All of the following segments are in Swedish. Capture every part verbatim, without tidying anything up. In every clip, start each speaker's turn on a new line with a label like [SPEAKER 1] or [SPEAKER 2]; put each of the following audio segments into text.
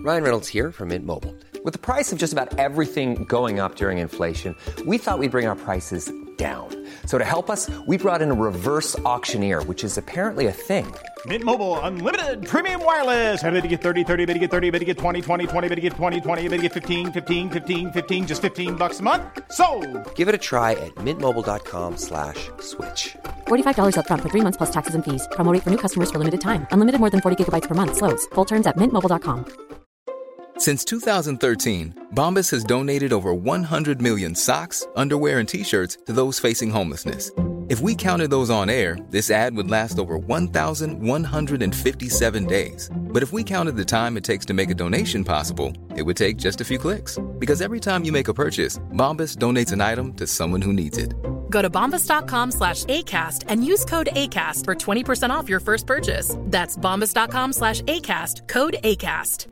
[SPEAKER 1] Ryan Reynolds here from Mint Mobile. With the price of just about everything going up during inflation, we thought we'd bring our prices down. So to help us, we brought in a reverse auctioneer, which is apparently a thing.
[SPEAKER 2] Mint Mobile Unlimited Premium Wireless. How to get thirty, thirty, how to get thirty, how to get twenty, twenty, twenty, how to get twenty, twenty, how to get fifteen, fifteen, fifteen, fifteen, just fifteen bucks a month? Sold!
[SPEAKER 1] Give it a try at mintmobile.com slash switch.
[SPEAKER 3] forty-five dollars up front for three months plus taxes and fees. Promo rate for new customers for limited time. Unlimited more than forty gigabytes per month. Slows full terms at mint mobile dot com.
[SPEAKER 4] Since two thousand thirteen, Bombas has donated over one hundred million socks, underwear, and T-shirts to those facing homelessness. If we counted those on air, this ad would last over one thousand one hundred fifty-seven days. But if we counted the time it takes to make a donation possible, it would take just a few clicks. Because every time you make a purchase, Bombas donates an item to someone who needs it.
[SPEAKER 5] Go to bombas.com slash ACAST and use code ACAST for twenty percent off your first purchase. That's bombas.com slash ACAST, code ACAST.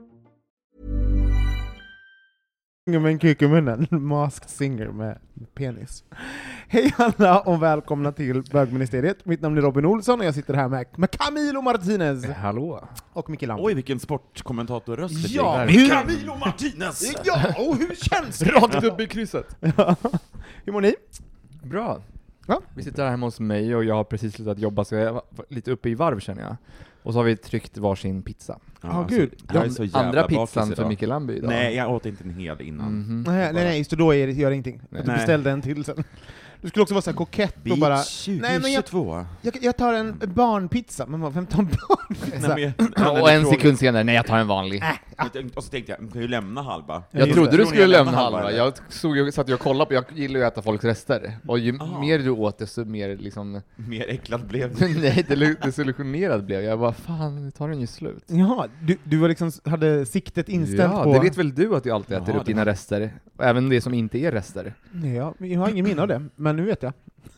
[SPEAKER 6] Med en kuk i munnen, Masked Singer med penis. Hej alla och välkomna till Bögministeriet. Mitt namn är Robin Olsson och jag sitter här med, med Camilo Martinez.
[SPEAKER 7] Hallå.
[SPEAKER 6] Och Micke Lamp.
[SPEAKER 2] Oj, vilken sportkommentatorröst.
[SPEAKER 6] Ja,
[SPEAKER 2] hur... Camilo Martinez!
[SPEAKER 6] Ja, och hur känns det?
[SPEAKER 7] Rakt upp i krysset.
[SPEAKER 6] Ja. Hur mår ni?
[SPEAKER 7] Bra.
[SPEAKER 6] Ja.
[SPEAKER 7] Vi sitter här hemma hos mig och jag har precis slutat jobba så jag är lite uppe i varv känner jag. Och så har vi tryckt varsin pizza.
[SPEAKER 6] Ja, oh, gud.
[SPEAKER 2] Jag är så jävla
[SPEAKER 7] Andra pizzan
[SPEAKER 2] bakis
[SPEAKER 7] för
[SPEAKER 2] idag.
[SPEAKER 7] Micke Lamby idag.
[SPEAKER 2] Nej, jag åt inte en hel innan.
[SPEAKER 7] Mm-hmm.
[SPEAKER 6] Nej, nej, nej, just det, då är det, gör det ingenting.
[SPEAKER 7] Nej.
[SPEAKER 6] Du beställde en till sen. Du skulle också vara så här kokett och bara... Nej, men jag, jag, jag tar en barnpizza. Men vad, vem tar en barnpizza?
[SPEAKER 2] Nej, men jag,
[SPEAKER 7] och en sekund senare, nej jag tar en vanlig.
[SPEAKER 6] Äh.
[SPEAKER 2] Och så tänkte jag, kan jag lämna halva?
[SPEAKER 7] Jag
[SPEAKER 2] jag
[SPEAKER 7] trodde du skulle lämna halva.
[SPEAKER 2] halva
[SPEAKER 7] jag såg ju, satt ju och kollade på, jag gillar ju att äta folks rester. Och ju
[SPEAKER 2] Aha.
[SPEAKER 7] mer du åt desto mer liksom...
[SPEAKER 2] Mer äcklad blev det.
[SPEAKER 7] Nej, det desillusionerad blev jag. bara, fan, nu tar den ju slut.
[SPEAKER 6] Ja, du, du var liksom, hade siktet inställt
[SPEAKER 7] ja,
[SPEAKER 6] på...
[SPEAKER 7] det vet väl du att du alltid äter
[SPEAKER 2] ja,
[SPEAKER 7] upp dina rester. Och även det som inte är rester.
[SPEAKER 6] Ja, jag har ingen minne av det, men nu vet jag.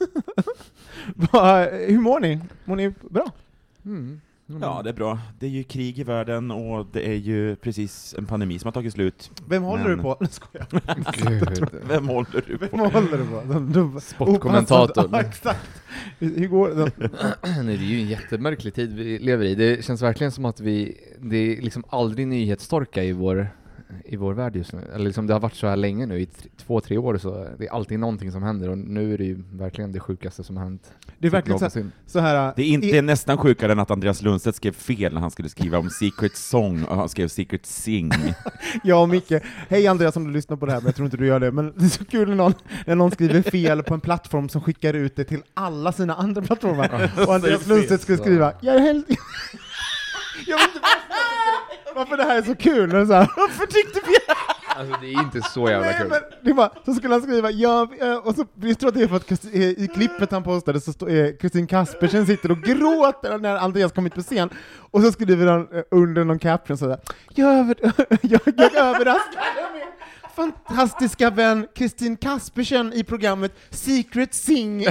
[SPEAKER 6] Va, hur mår ni? Mår ni bra?
[SPEAKER 7] Mm. Mm.
[SPEAKER 2] Ja, det är bra. Det är ju krig i världen och det är ju precis en pandemi som har tagit slut.
[SPEAKER 6] Vem håller
[SPEAKER 2] Men...
[SPEAKER 6] du på? Nu skojar.
[SPEAKER 2] Vem håller du på?
[SPEAKER 6] Vem håller du på? De, de,
[SPEAKER 7] Sportkommentatorn.
[SPEAKER 6] Ja, exakt. Hur, hur går det?
[SPEAKER 7] Nej, det är ju en jättemärklig tid vi lever i. Det känns verkligen som att vi, det är liksom aldrig nyhetstorka i vår, i vår värld just nu. Eller liksom det har varit så här länge nu, i t- två, tre år, så det är alltid någonting som händer och nu är det ju verkligen det sjukaste som har hänt.
[SPEAKER 6] Det är verkligen så, så här...
[SPEAKER 2] Det är inte
[SPEAKER 6] i,
[SPEAKER 2] nästan sjukare än att Andreas Lundstedt skrev fel när han skulle skriva om Secret Song och han skrev Secret Sing.
[SPEAKER 6] Ja, och Micke. Hej Andreas, om du lyssnar på det här, men jag tror inte du gör det. Men det är så kul när någon, när någon skriver fel på en plattform som skickar ut det till alla sina andra plattformar. Och Andreas Lundstedt skulle skriva jag är helt... Jag vet inte varför, varför det här är så kul. Så här, varför tyckte vi...
[SPEAKER 7] Alltså det är inte så jävla
[SPEAKER 6] Nej,
[SPEAKER 7] kul.
[SPEAKER 6] men det är bara, så skulle han skriva ja, och så jag tror att det är för att i klippet han postade så står Kristin Kaspersen sitter och gråter när Andreas kom hit på scen och så skriver han under någon caption sådär jag, över, jag, jag överraskade med fantastiska vän Kristin Kaspersen i programmet Secret Sing.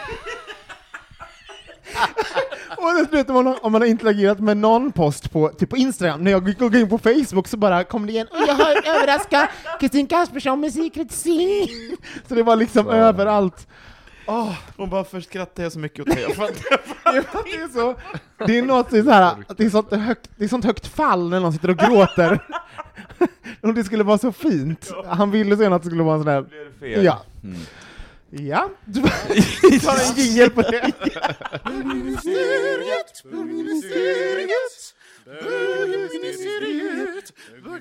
[SPEAKER 6] Och det slutar man om man har interagerat med någon post på, typ på Instagram. När jag gick in på Facebook så bara kom det igen jag har överraskat Kristin Kaspersson med Secret Sing. Så det var liksom så. Överallt.
[SPEAKER 2] Oh, hon bara först skrattade jag så mycket åt det. Jag
[SPEAKER 6] det, är så, det är något så här, att det är sånt högt, det är sånt högt fall när någon sitter och gråter. Och det skulle vara så fint. Han ville säga att det skulle vara en sån där.
[SPEAKER 2] Fel.
[SPEAKER 6] Ja. Mm. Ja, du tar en jingel på det. Bögministeriet, bögministeriet, bögministeriet,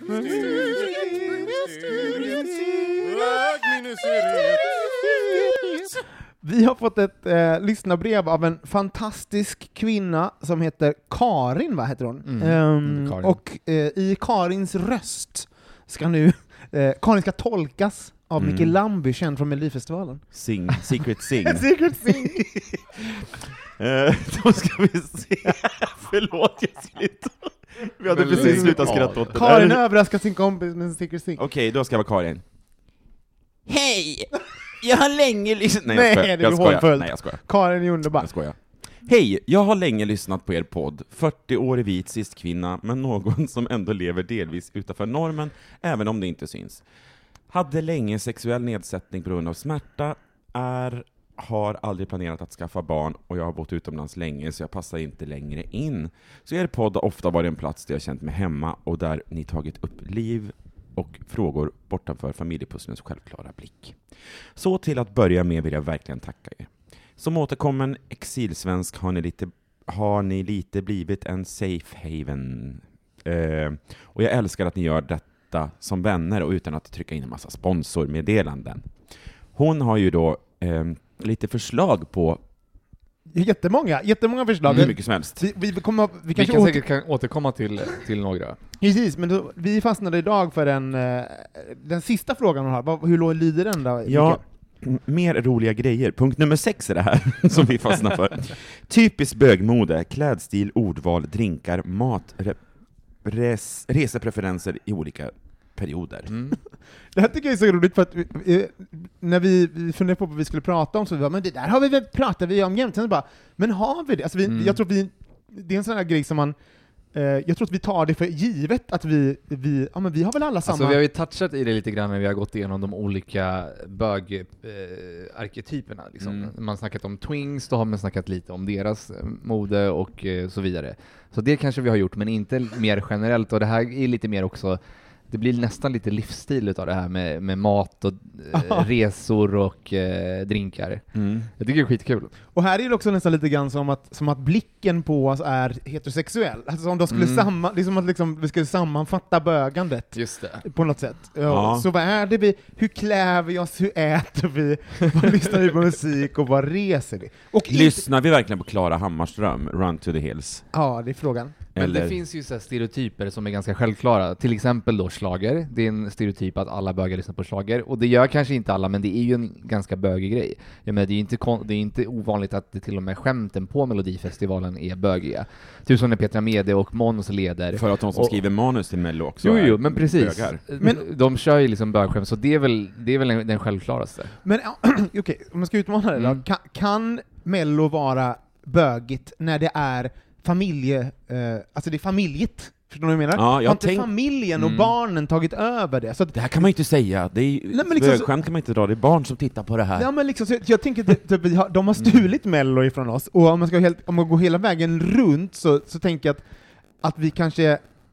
[SPEAKER 6] bögministeriet. Vi har fått ett eh, lyssnarbrev av en fantastisk kvinna som heter Karin, vad heter hon?
[SPEAKER 7] Mm.
[SPEAKER 6] Um,
[SPEAKER 7] Karin.
[SPEAKER 6] Och eh, i Karins röst ska nu, eh, Karin ska tolkas av mm. Micke Lamby, känd från Melodifestivalen.
[SPEAKER 2] Sing, Secret Sing.
[SPEAKER 6] Secret Sing.
[SPEAKER 2] uh, då ska vi se. Förlåt, jag skulle inte... Vi hade
[SPEAKER 7] Men
[SPEAKER 2] precis slutat skratta åt det.
[SPEAKER 6] Karin överraskar sin kompis med Secret Sing.
[SPEAKER 2] Okej, okay, då ska jag vara Karin. Hej! Jag har länge lyssnat... Nej,
[SPEAKER 6] Nej,
[SPEAKER 2] jag skojar.
[SPEAKER 6] det
[SPEAKER 2] Jag skojar.
[SPEAKER 6] hållfullt.
[SPEAKER 2] Nej, jag skojar.
[SPEAKER 6] Karin är underbar.
[SPEAKER 2] Jag skojar. Hej, jag har länge lyssnat på er podd. fyrtio år i vit cis-kvinna, men någon som ändå lever delvis utanför normen, även om det inte syns. Hade länge sexuell nedsättning på grund av smärta, är,
[SPEAKER 8] har aldrig planerat att skaffa barn och jag har bott utomlands länge så jag passar inte längre in. Så er podd har ofta varit en plats där jag känt mig hemma och där ni tagit upp liv och frågor bortanför familjepusslens självklara blick. Så till att börja med vill jag verkligen tacka er. Som återkommen exilsvensk har ni lite, har ni lite blivit en safe haven. Eh, och jag älskar att ni gör detta som vänner och utan att trycka in en massa sponsormeddelanden. Hon har ju då eh, lite förslag på
[SPEAKER 6] Jättemånga, jättemånga förslag.
[SPEAKER 8] hur mycket som helst.
[SPEAKER 6] Vi, vi, kommer, vi,
[SPEAKER 7] Vi
[SPEAKER 6] kanske
[SPEAKER 7] kan
[SPEAKER 6] åter...
[SPEAKER 7] säkert kan återkomma till, till några.
[SPEAKER 6] Precis, men då, vi fastnade idag för den, eh, den sista frågan hon har. Vad, hur låg lyder den då?
[SPEAKER 8] Ja, m- mer roliga grejer. Punkt nummer sex är det här som vi fastnar för. Typiskt bögmode, klädstil, ordval, drinkar, mat, re- res- resepreferenser i olika perioder.
[SPEAKER 7] Mm.
[SPEAKER 6] Det här tycker jag är så roligt för att vi, eh, när vi, vi funderade på vad vi skulle prata om så vi bara, men det där har vi väl pratat vi om jämt. Sen bara, men har vi det? Alltså vi,
[SPEAKER 7] Mm.
[SPEAKER 6] jag tror att vi, det är en sån här grej som man, eh, jag tror att vi tar det för givet att vi, vi, ja men vi har väl alla samma...
[SPEAKER 7] Alltså vi har ju touchat i det lite grann när vi har gått igenom de olika bög-arketyperna. Eh, liksom.
[SPEAKER 8] Mm.
[SPEAKER 7] Man har snackat om twins, då har man snackat lite om deras eh, mode och eh, så vidare. Så det kanske vi har gjort, men inte mer generellt. Och det här är lite mer också, det blir nästan lite livsstil utav det här med, med mat och eh, resor och eh, drinkar.
[SPEAKER 8] Mm.
[SPEAKER 7] Jag tycker det är skitkul.
[SPEAKER 6] Och här är det också nästan lite grann som att, som att blicken på oss är heterosexuell. Alltså om de skulle
[SPEAKER 7] Mm.
[SPEAKER 6] samma, liksom att liksom, vi skulle sammanfatta bögandet
[SPEAKER 7] Just det.
[SPEAKER 6] på något sätt. Ja.
[SPEAKER 8] Ja.
[SPEAKER 6] Så vad är det vi, hur klär vi oss, hur äter vi, vad lyssnar vi på musik och vad reser vi? Och inte-
[SPEAKER 8] Lyssnar vi verkligen på Klara Hammarström, Run to the Hills?
[SPEAKER 6] Ja, det är frågan.
[SPEAKER 7] Men
[SPEAKER 8] Eller-
[SPEAKER 7] det finns ju så här stereotyper som är ganska självklara. Till exempel då schlager. Det är en stereotyp att alla bögar lyssnar på schlager. Och det gör kanske inte alla, men det är ju en ganska bögig grej. Jag menar, det är inte kon- det är inte ovanligt att det till och med skämten på Melodifestivalen är bögiga. Typ som när Petra Mede och Måns leder.
[SPEAKER 8] För att de som
[SPEAKER 7] Och-
[SPEAKER 8] skriver manus till Mello också
[SPEAKER 7] Jo,
[SPEAKER 8] är
[SPEAKER 7] jo, men precis.
[SPEAKER 8] bögar.
[SPEAKER 7] Men de kör ju liksom bögskämt, så det är väl, det är väl den självklaraste.
[SPEAKER 6] Men ja, okej, om man ska utmana det då.
[SPEAKER 7] Mm.
[SPEAKER 6] Kan, kan Mello vara bögigt när det är familje, eh, alltså det är familjet? Förstår du vad jag menar?
[SPEAKER 8] Ja, jag
[SPEAKER 6] Har inte
[SPEAKER 8] tänk-
[SPEAKER 6] familjen och
[SPEAKER 7] Mm.
[SPEAKER 6] barnen tagit över det? Så att,
[SPEAKER 8] Det här kan man ju inte säga. Det är ju,
[SPEAKER 6] Nej, men liksom så-
[SPEAKER 8] bögskämt kan man inte dra. Det är barn som tittar på det här.
[SPEAKER 6] ja, men liksom, så jag, jag tänker att typ, vi har, de har stulit Mello ifrån oss, och om man ska helt, om man går hela vägen runt så, så tänker jag att, att vi kanske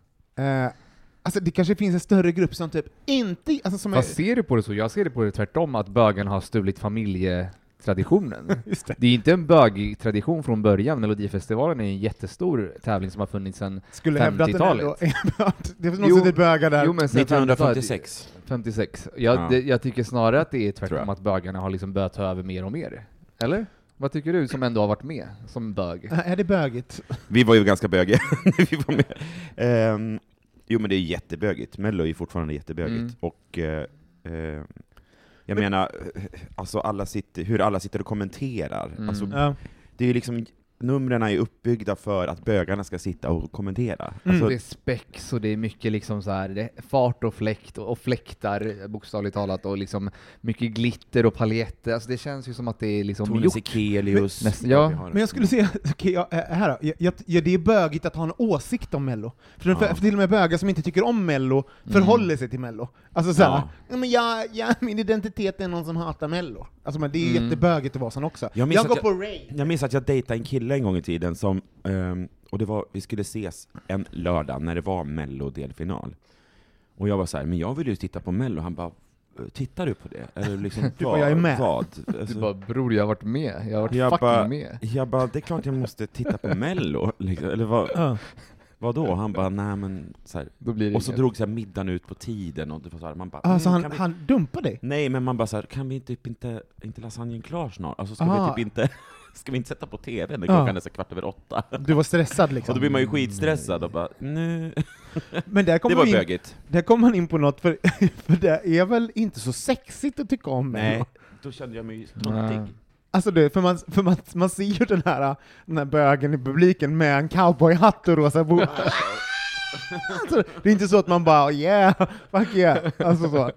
[SPEAKER 6] eh, alltså det kanske finns en större grupp som typ inte, alltså som
[SPEAKER 7] Fast ser du på det så? Jag ser det på det tvärtom, att bögarna har stulit familjetraditionen.
[SPEAKER 6] just det.
[SPEAKER 7] Det är inte en bögtradition från början. Melodifestivalen är en jättestor tävling som har funnits sedan
[SPEAKER 6] Skulle hävda att den ändå
[SPEAKER 7] femtiotalet.
[SPEAKER 6] det finns någon som bögar där.
[SPEAKER 7] Jo, men sen
[SPEAKER 8] nittonhundrafemtiosex.
[SPEAKER 7] femtiosex. Jag,
[SPEAKER 8] Ja.
[SPEAKER 7] det, jag tycker snarare att det är
[SPEAKER 8] Tror
[SPEAKER 7] tvärtom,
[SPEAKER 8] jag.
[SPEAKER 7] att bögarna har liksom börjat ta över mer och mer. Eller? Vad tycker du som ändå har varit med som bög?
[SPEAKER 6] Är det bögigt?
[SPEAKER 8] Vi var ju ganska bögiga när vi var med. Ehm, jo, men det är jättebögigt. Mello är ju fortfarande jättebögigt.
[SPEAKER 7] Mm.
[SPEAKER 8] Och eh, eh, jag menar, eh, alltså alla sitter, hur alla sitter och kommenterar.
[SPEAKER 7] Mm.
[SPEAKER 8] Alltså,
[SPEAKER 6] Ja.
[SPEAKER 8] det är ju liksom, numren är ju uppbyggda för att bögarna ska sitta och kommentera.
[SPEAKER 6] Mm.
[SPEAKER 8] Alltså,
[SPEAKER 7] Det är spex och det är mycket liksom så här, det är fart och fläkt och, och fläktar bokstavligt talat, och liksom mycket glitter och paljetter. Alltså det känns ju som att det är liksom
[SPEAKER 8] Tone
[SPEAKER 7] gjort.
[SPEAKER 8] Sekelius.
[SPEAKER 7] Men- nästan- ja.
[SPEAKER 8] vi har-
[SPEAKER 6] Men jag skulle säga, okej, ja, äh, här då. Jag, jag, ja, det är bögigt att ha en åsikt om Mello. För,
[SPEAKER 8] Ja.
[SPEAKER 6] för, för till och med bögar som inte tycker om Mello förhåller sig till Mello. Alltså såhär,
[SPEAKER 8] Ja.
[SPEAKER 6] ja. men jag, jag, min identitet är någon som hatar Mello. Alltså men det är
[SPEAKER 7] Mm.
[SPEAKER 6] jättebögigt att vara sån också.
[SPEAKER 8] Jag
[SPEAKER 6] Jag,
[SPEAKER 8] minns att
[SPEAKER 6] går
[SPEAKER 8] jag-
[SPEAKER 6] på rave.
[SPEAKER 8] Jag minns att jag dejtade en kille en gång i tiden som, ehm, och det var, vi skulle ses en lördag när det var Mello-delfinal. Och jag var så här, men jag vill ju titta på Mello. Han bara, tittar du på det? Eller liksom,
[SPEAKER 6] Du bara, jag är med.
[SPEAKER 8] Vad?
[SPEAKER 7] Du
[SPEAKER 8] Alltså,
[SPEAKER 7] bara, bror jag har varit med. Jag har varit
[SPEAKER 8] Jag
[SPEAKER 7] fucking
[SPEAKER 8] bara-
[SPEAKER 7] med.
[SPEAKER 8] jag bara, det är klart jag måste titta på Mello. Liksom. Eller vad,
[SPEAKER 6] Ja.
[SPEAKER 8] vad då? Han bara, nej men så här.
[SPEAKER 7] Då blir det
[SPEAKER 8] Och så
[SPEAKER 7] inget.
[SPEAKER 8] drog så här middagen ut på tiden och det var så här, man bara,
[SPEAKER 6] Alltså
[SPEAKER 8] mm,
[SPEAKER 6] han,
[SPEAKER 8] kan vi...
[SPEAKER 6] han dumpar dig?
[SPEAKER 8] Nej, men man bara så här, kan vi typ inte, inte lasagnen klar snart? Alltså ska
[SPEAKER 6] Aha.
[SPEAKER 8] vi typ inte, ska vi inte sätta på tv när
[SPEAKER 6] Ja.
[SPEAKER 8] klockan är så kvart över åtta?
[SPEAKER 6] Du var stressad liksom.
[SPEAKER 8] Och då blir man ju skitstressad och bara, nu.
[SPEAKER 6] Men där
[SPEAKER 8] Det
[SPEAKER 6] kommer
[SPEAKER 8] var
[SPEAKER 6] vi in,
[SPEAKER 8] bögigt.
[SPEAKER 6] där kommer man in på något, för, för det är väl inte så sexigt att tycka om Mello.
[SPEAKER 8] Nej, då kände jag mig töntig.
[SPEAKER 6] Alltså det, för man, för man, man ser ju den här, den här bögen i publiken med en cowboyhatt och rosa bo. Alltså, det är inte så att man bara yeah, fuck yeah, alltså så.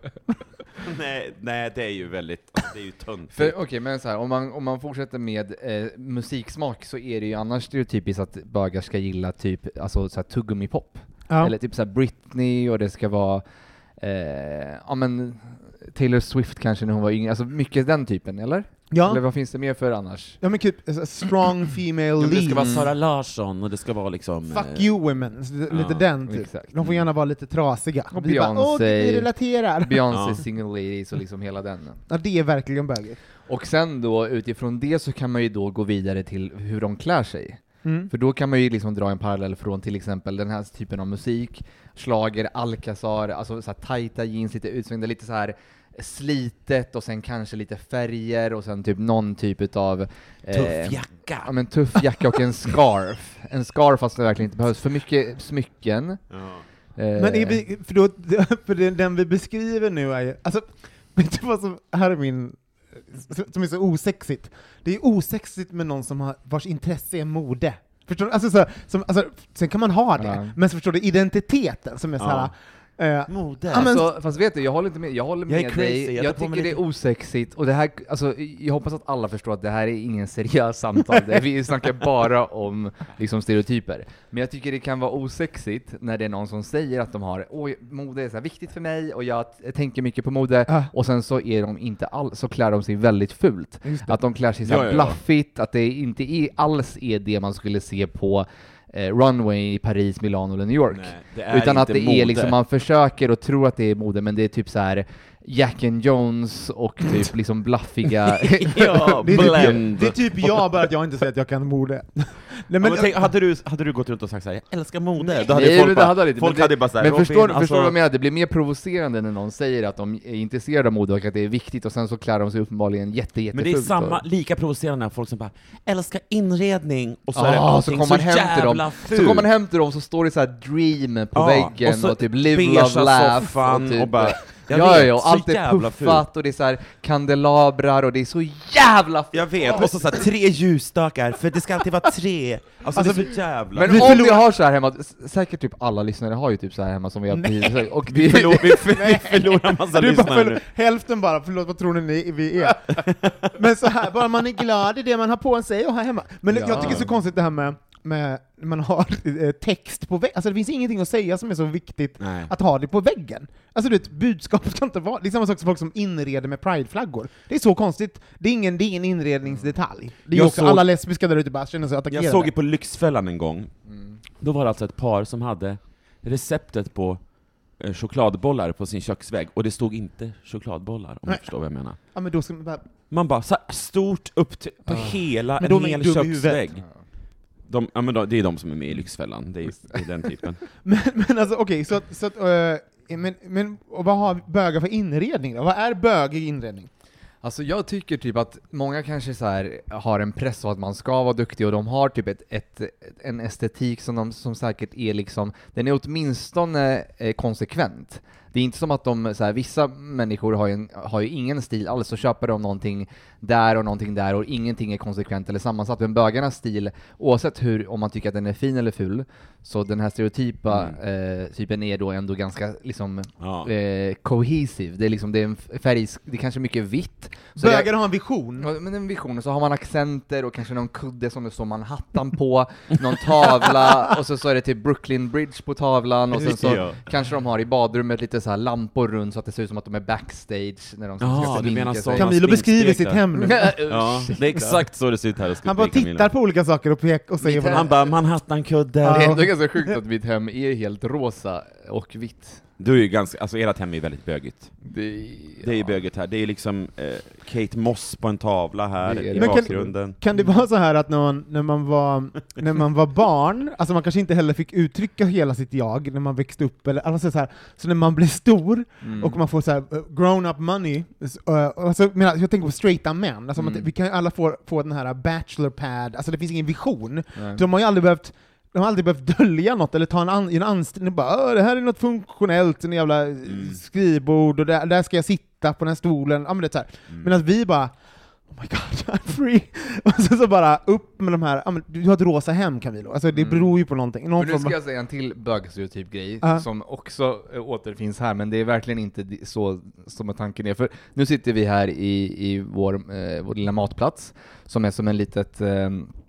[SPEAKER 8] nej, nej, det är ju väldigt, alltså, det är ju töntigt.
[SPEAKER 7] För okej, men så här, om man, om man fortsätter med eh, musiksmak, så är det ju annars stereotypiskt att bögar ska gilla typ, alltså så här tuggummi-pop.
[SPEAKER 6] Ja.
[SPEAKER 7] Eller typ så här Britney, och det ska vara eh, ja men Taylor Swift kanske när hon var yngre, alltså mycket den typen, eller?
[SPEAKER 6] Ja.
[SPEAKER 7] Eller vad finns det mer för annars?
[SPEAKER 6] Ja men typ strong female
[SPEAKER 8] Ja,
[SPEAKER 6] lead.
[SPEAKER 8] det ska vara Sara Larsson och det ska vara liksom...
[SPEAKER 6] Fuck
[SPEAKER 8] eh,
[SPEAKER 6] you women, lite
[SPEAKER 8] ja,
[SPEAKER 6] den typ.
[SPEAKER 7] exakt.
[SPEAKER 6] De får gärna vara lite trasiga.
[SPEAKER 7] Och
[SPEAKER 6] Vi bara, åh,
[SPEAKER 7] Beyoncé.
[SPEAKER 6] vi relaterar.
[SPEAKER 7] Beyoncé,
[SPEAKER 8] Ja.
[SPEAKER 7] single ladies och liksom hela den.
[SPEAKER 6] Ja, det är verkligen bögigt.
[SPEAKER 7] Och sen då utifrån det så kan man ju då gå vidare till hur de klär sig.
[SPEAKER 6] Mm.
[SPEAKER 7] För då kan man ju liksom dra en parallell från till exempel den här typen av musik, schlager, Alcazar, alltså så här tajta jeans, lite utsvängda, lite så här slitet och sen kanske lite färger och sen typ någon typ av eh,
[SPEAKER 8] Tuff jacka.
[SPEAKER 7] Ja men tuff jacka och en scarf. En scarf fast det verkligen inte behövs för mycket smycken.
[SPEAKER 8] Ja.
[SPEAKER 7] Eh,
[SPEAKER 6] Men är vi, för, då, för den, den vi beskriver nu är ju, alltså, vet du vad som, här är min, som är så osexigt. Det är osexigt med någon som har, vars intresse är mode. Förstår du? Alltså, så, som, alltså, sen kan man ha det,
[SPEAKER 7] Ja.
[SPEAKER 6] men så förstår du identiteten som är så här.
[SPEAKER 8] Ja.
[SPEAKER 6] Eh,
[SPEAKER 8] Mode.
[SPEAKER 6] Ja, men-
[SPEAKER 7] Alltså, fast vet du, jag håller inte med, jag håller
[SPEAKER 8] Jag är
[SPEAKER 7] med
[SPEAKER 8] crazy,
[SPEAKER 7] dig.
[SPEAKER 8] jag
[SPEAKER 7] Jag,
[SPEAKER 8] tar på mig
[SPEAKER 7] tycker det är
[SPEAKER 8] lite-
[SPEAKER 7] osexigt, och det här, alltså, jag hoppas att alla förstår att det här är ingen seriös samtal. Det- Vi snackar bara om liksom, stereotyper. Men jag tycker det kan vara osexigt när det är någon som säger att de har, oj, mode är så här viktigt för mig och jag t- tänker mycket på mode,
[SPEAKER 6] Ah.
[SPEAKER 7] och sen så är de inte alls, så klär de sig väldigt fult.
[SPEAKER 6] Just det.
[SPEAKER 7] Att de klär sig så här
[SPEAKER 8] Ja, ja, ja.
[SPEAKER 7] bluffigt, att det inte är, alls är det man skulle se på eh, runway i Paris, Milano eller New York.
[SPEAKER 8] Nej, det är
[SPEAKER 7] Utan att
[SPEAKER 8] inte
[SPEAKER 7] det
[SPEAKER 8] mode.
[SPEAKER 7] är liksom, man försöker och tror att det är mode, men det är typ så här Jack and Jones och typ liksom bluffiga...
[SPEAKER 8] Ja,
[SPEAKER 6] det, är typ,
[SPEAKER 8] blend.
[SPEAKER 6] det är typ jag, bara att jag inte säger att jag kan mode. Nej,
[SPEAKER 8] Men,
[SPEAKER 6] men,
[SPEAKER 8] tänk, hade, du, hade du gått runt och sagt såhär, jag älskar mode? Då hade
[SPEAKER 7] Nej,
[SPEAKER 8] folk
[SPEAKER 7] men det
[SPEAKER 8] bara,
[SPEAKER 7] hade jag inte,
[SPEAKER 8] folk
[SPEAKER 7] men det-
[SPEAKER 8] hade bara såhär,
[SPEAKER 7] Men
[SPEAKER 8] Robin,
[SPEAKER 7] förstår,
[SPEAKER 8] alltså,
[SPEAKER 7] förstår du vad jag menar? Det blir mer provocerande när någon säger att de är intresserade av mode och att det är viktigt, och sen så klär de sig uppenbarligen jätte, jättefult.
[SPEAKER 8] Men det är samma,
[SPEAKER 7] och...
[SPEAKER 8] lika provocerande när folk som bara, älskar inredning, och så
[SPEAKER 7] Ah,
[SPEAKER 8] är det
[SPEAKER 7] så
[SPEAKER 8] allting
[SPEAKER 7] kommer
[SPEAKER 8] så,
[SPEAKER 7] man hem till dem,
[SPEAKER 8] jävla
[SPEAKER 7] så
[SPEAKER 8] fult.
[SPEAKER 7] kommer man hem till dem så står det så här dream på
[SPEAKER 8] Ja,
[SPEAKER 7] väggen
[SPEAKER 8] och så
[SPEAKER 7] och, typ live,
[SPEAKER 8] beigea
[SPEAKER 7] love, laugh
[SPEAKER 8] soffan
[SPEAKER 7] och typ...
[SPEAKER 8] och bara, jag
[SPEAKER 7] ja,
[SPEAKER 8] vet,
[SPEAKER 7] ja, och
[SPEAKER 8] så
[SPEAKER 7] allt är
[SPEAKER 8] jävla
[SPEAKER 7] puffat och det är så här kandelabrar och det är så jävla
[SPEAKER 8] Jag vet, och så, så här, tre ljusstakar, för det ska alltid vara tre. Alltså,
[SPEAKER 6] Alltså,
[SPEAKER 8] det är så jävla...
[SPEAKER 7] Men
[SPEAKER 6] Vi
[SPEAKER 7] om
[SPEAKER 6] förlorar-
[SPEAKER 7] vi har så här hemma, s- säkert typ alla lyssnare har ju typ så här hemma som vi har
[SPEAKER 6] Nej.
[SPEAKER 7] och
[SPEAKER 8] vi, förlor, vi, för, vi förlorar massa
[SPEAKER 6] du bara,
[SPEAKER 8] lyssnare
[SPEAKER 6] förlåt,
[SPEAKER 8] nu.
[SPEAKER 6] hälften bara, förlåt vad tror ni vi är? Men så här, bara man är glad i det man har på sig och här hemma. Men
[SPEAKER 7] Ja.
[SPEAKER 6] jag tycker det är så konstigt det här med, med när man har eh, text på väggen. Alltså det finns ingenting att säga som är så viktigt
[SPEAKER 8] Nej.
[SPEAKER 6] att ha det på väggen. Alltså du vet, budskap ska inte vara... Det är samma sak som folk som inreder med prideflaggor. Det är så konstigt. Det är ingen, det är ingen inredningsdetalj. Det är
[SPEAKER 8] Jag
[SPEAKER 6] också
[SPEAKER 8] såg-
[SPEAKER 6] alla lesbiska där ute bara känner sig attackerade.
[SPEAKER 8] Jag såg ju på Lyxfällan en gång, då var det alltså ett par som hade receptet på eh, chokladbollar på sin köksvägg, och det stod inte chokladbollar, om
[SPEAKER 6] Nej.
[SPEAKER 8] du förstår vad jag menar.
[SPEAKER 6] Ja, men då ska man bara...
[SPEAKER 8] Man bara, så här, stort upp till, på hela,
[SPEAKER 6] Men de
[SPEAKER 8] en
[SPEAKER 6] är
[SPEAKER 8] hel
[SPEAKER 6] dum i huvudet.
[SPEAKER 8] köksvägg. De, ja, men då, det är de som är med i Lyxfällan, det är, det är den typen.
[SPEAKER 6] Men, men alltså okej, så, att- så att, eh, men, men och vad har bögar för inredning då? Vad är bögig inredning?
[SPEAKER 7] Alltså jag tycker typ att många kanske så här har en press av att man ska vara duktig, och de har typ ett, ett, en estetik som, de, som säkert är liksom, den är åtminstone eh, konsekvent. Det är inte som att de, så här, vissa människor har ju, en, har ju ingen stil alls, så köper de någonting där och någonting där och ingenting är konsekvent eller sammansatt. Men bögarnas stil, oavsett hur, om man tycker att den är fin eller ful, så den här stereotypa eh, typen är då ändå ganska liksom
[SPEAKER 8] Ja.
[SPEAKER 7] eh, cohesive. Det är liksom, det är en färg, det är kanske mycket vitt. Så det-
[SPEAKER 6] Bögar har en vision.
[SPEAKER 7] Ja, men en vision, så har man accenter och kanske någon kudde som det står Manhattan på, någon tavla, och så, så är det typ Brooklyn Bridge på tavlan, och sen så
[SPEAKER 8] Ja.
[SPEAKER 7] kanske de har i badrummet lite så här lampor runt så att det ser ut som att de är backstage när de ska
[SPEAKER 8] Ja,
[SPEAKER 7] ska
[SPEAKER 8] du
[SPEAKER 7] sminka
[SPEAKER 8] menar
[SPEAKER 7] sig.
[SPEAKER 8] såna
[SPEAKER 6] Camilo beskriver sitt
[SPEAKER 8] sminkspeklar.
[SPEAKER 6] hem nu.
[SPEAKER 8] Ja, det är exakt så det ser ut här.
[SPEAKER 6] Han bara tittar på olika saker och pekar och säger
[SPEAKER 7] Mitt
[SPEAKER 6] vad
[SPEAKER 7] hem-
[SPEAKER 8] Han bara, Manhattan-kudde.
[SPEAKER 7] Det är
[SPEAKER 6] Ja.
[SPEAKER 7] ändå ganska sjukt att mitt hem är helt rosa och vitt.
[SPEAKER 8] Du är ju ganska, alltså ert hem är väldigt bögigt.
[SPEAKER 7] Det,
[SPEAKER 8] Det är ju
[SPEAKER 7] ja.
[SPEAKER 8] bögigt här. Det är liksom eh, Kate Moss på en tavla här
[SPEAKER 7] Det är
[SPEAKER 8] i
[SPEAKER 7] det.
[SPEAKER 6] Men kan-
[SPEAKER 8] bakgrunden.
[SPEAKER 6] Kan det vara så här att när man, när man, var, när man var barn, alltså man kanske inte heller fick uttrycka hela sitt jag när man växte upp, eller alltså så här, så när man blir stor
[SPEAKER 7] Mm.
[SPEAKER 6] och man får så här uh, grown up money, uh, alltså, men jag tänker på straighta män, alltså
[SPEAKER 7] Mm.
[SPEAKER 6] man, vi kan ju alla få, få den här bachelor pad, alltså det finns ingen vision,
[SPEAKER 7] Nej.
[SPEAKER 6] så de har ju aldrig behövt de har aldrig behövt dölja något eller ta en, an, en anställning, bara "Åh, det här är något funktionellt, en jävla
[SPEAKER 8] Mm.
[SPEAKER 6] skrivbord och där, där ska jag sitta på den här stolen", ja men det är så här.
[SPEAKER 8] Mm.
[SPEAKER 6] Medan vi bara oh my god, I'm free. Och så, så bara upp med de här, ja, men du har ett rosa hem Camilo, alltså det
[SPEAKER 7] Mm.
[SPEAKER 6] beror ju på någonting. Någon
[SPEAKER 7] Men nu
[SPEAKER 6] form
[SPEAKER 7] ska
[SPEAKER 6] av-
[SPEAKER 7] jag säga en till bögstereotyp grej
[SPEAKER 6] Ja.
[SPEAKER 7] som också äh, återfinns här, men det är verkligen inte di- så som tanken är. För nu sitter vi här i, i vår, eh, vår lilla matplats, som är som en litet eh,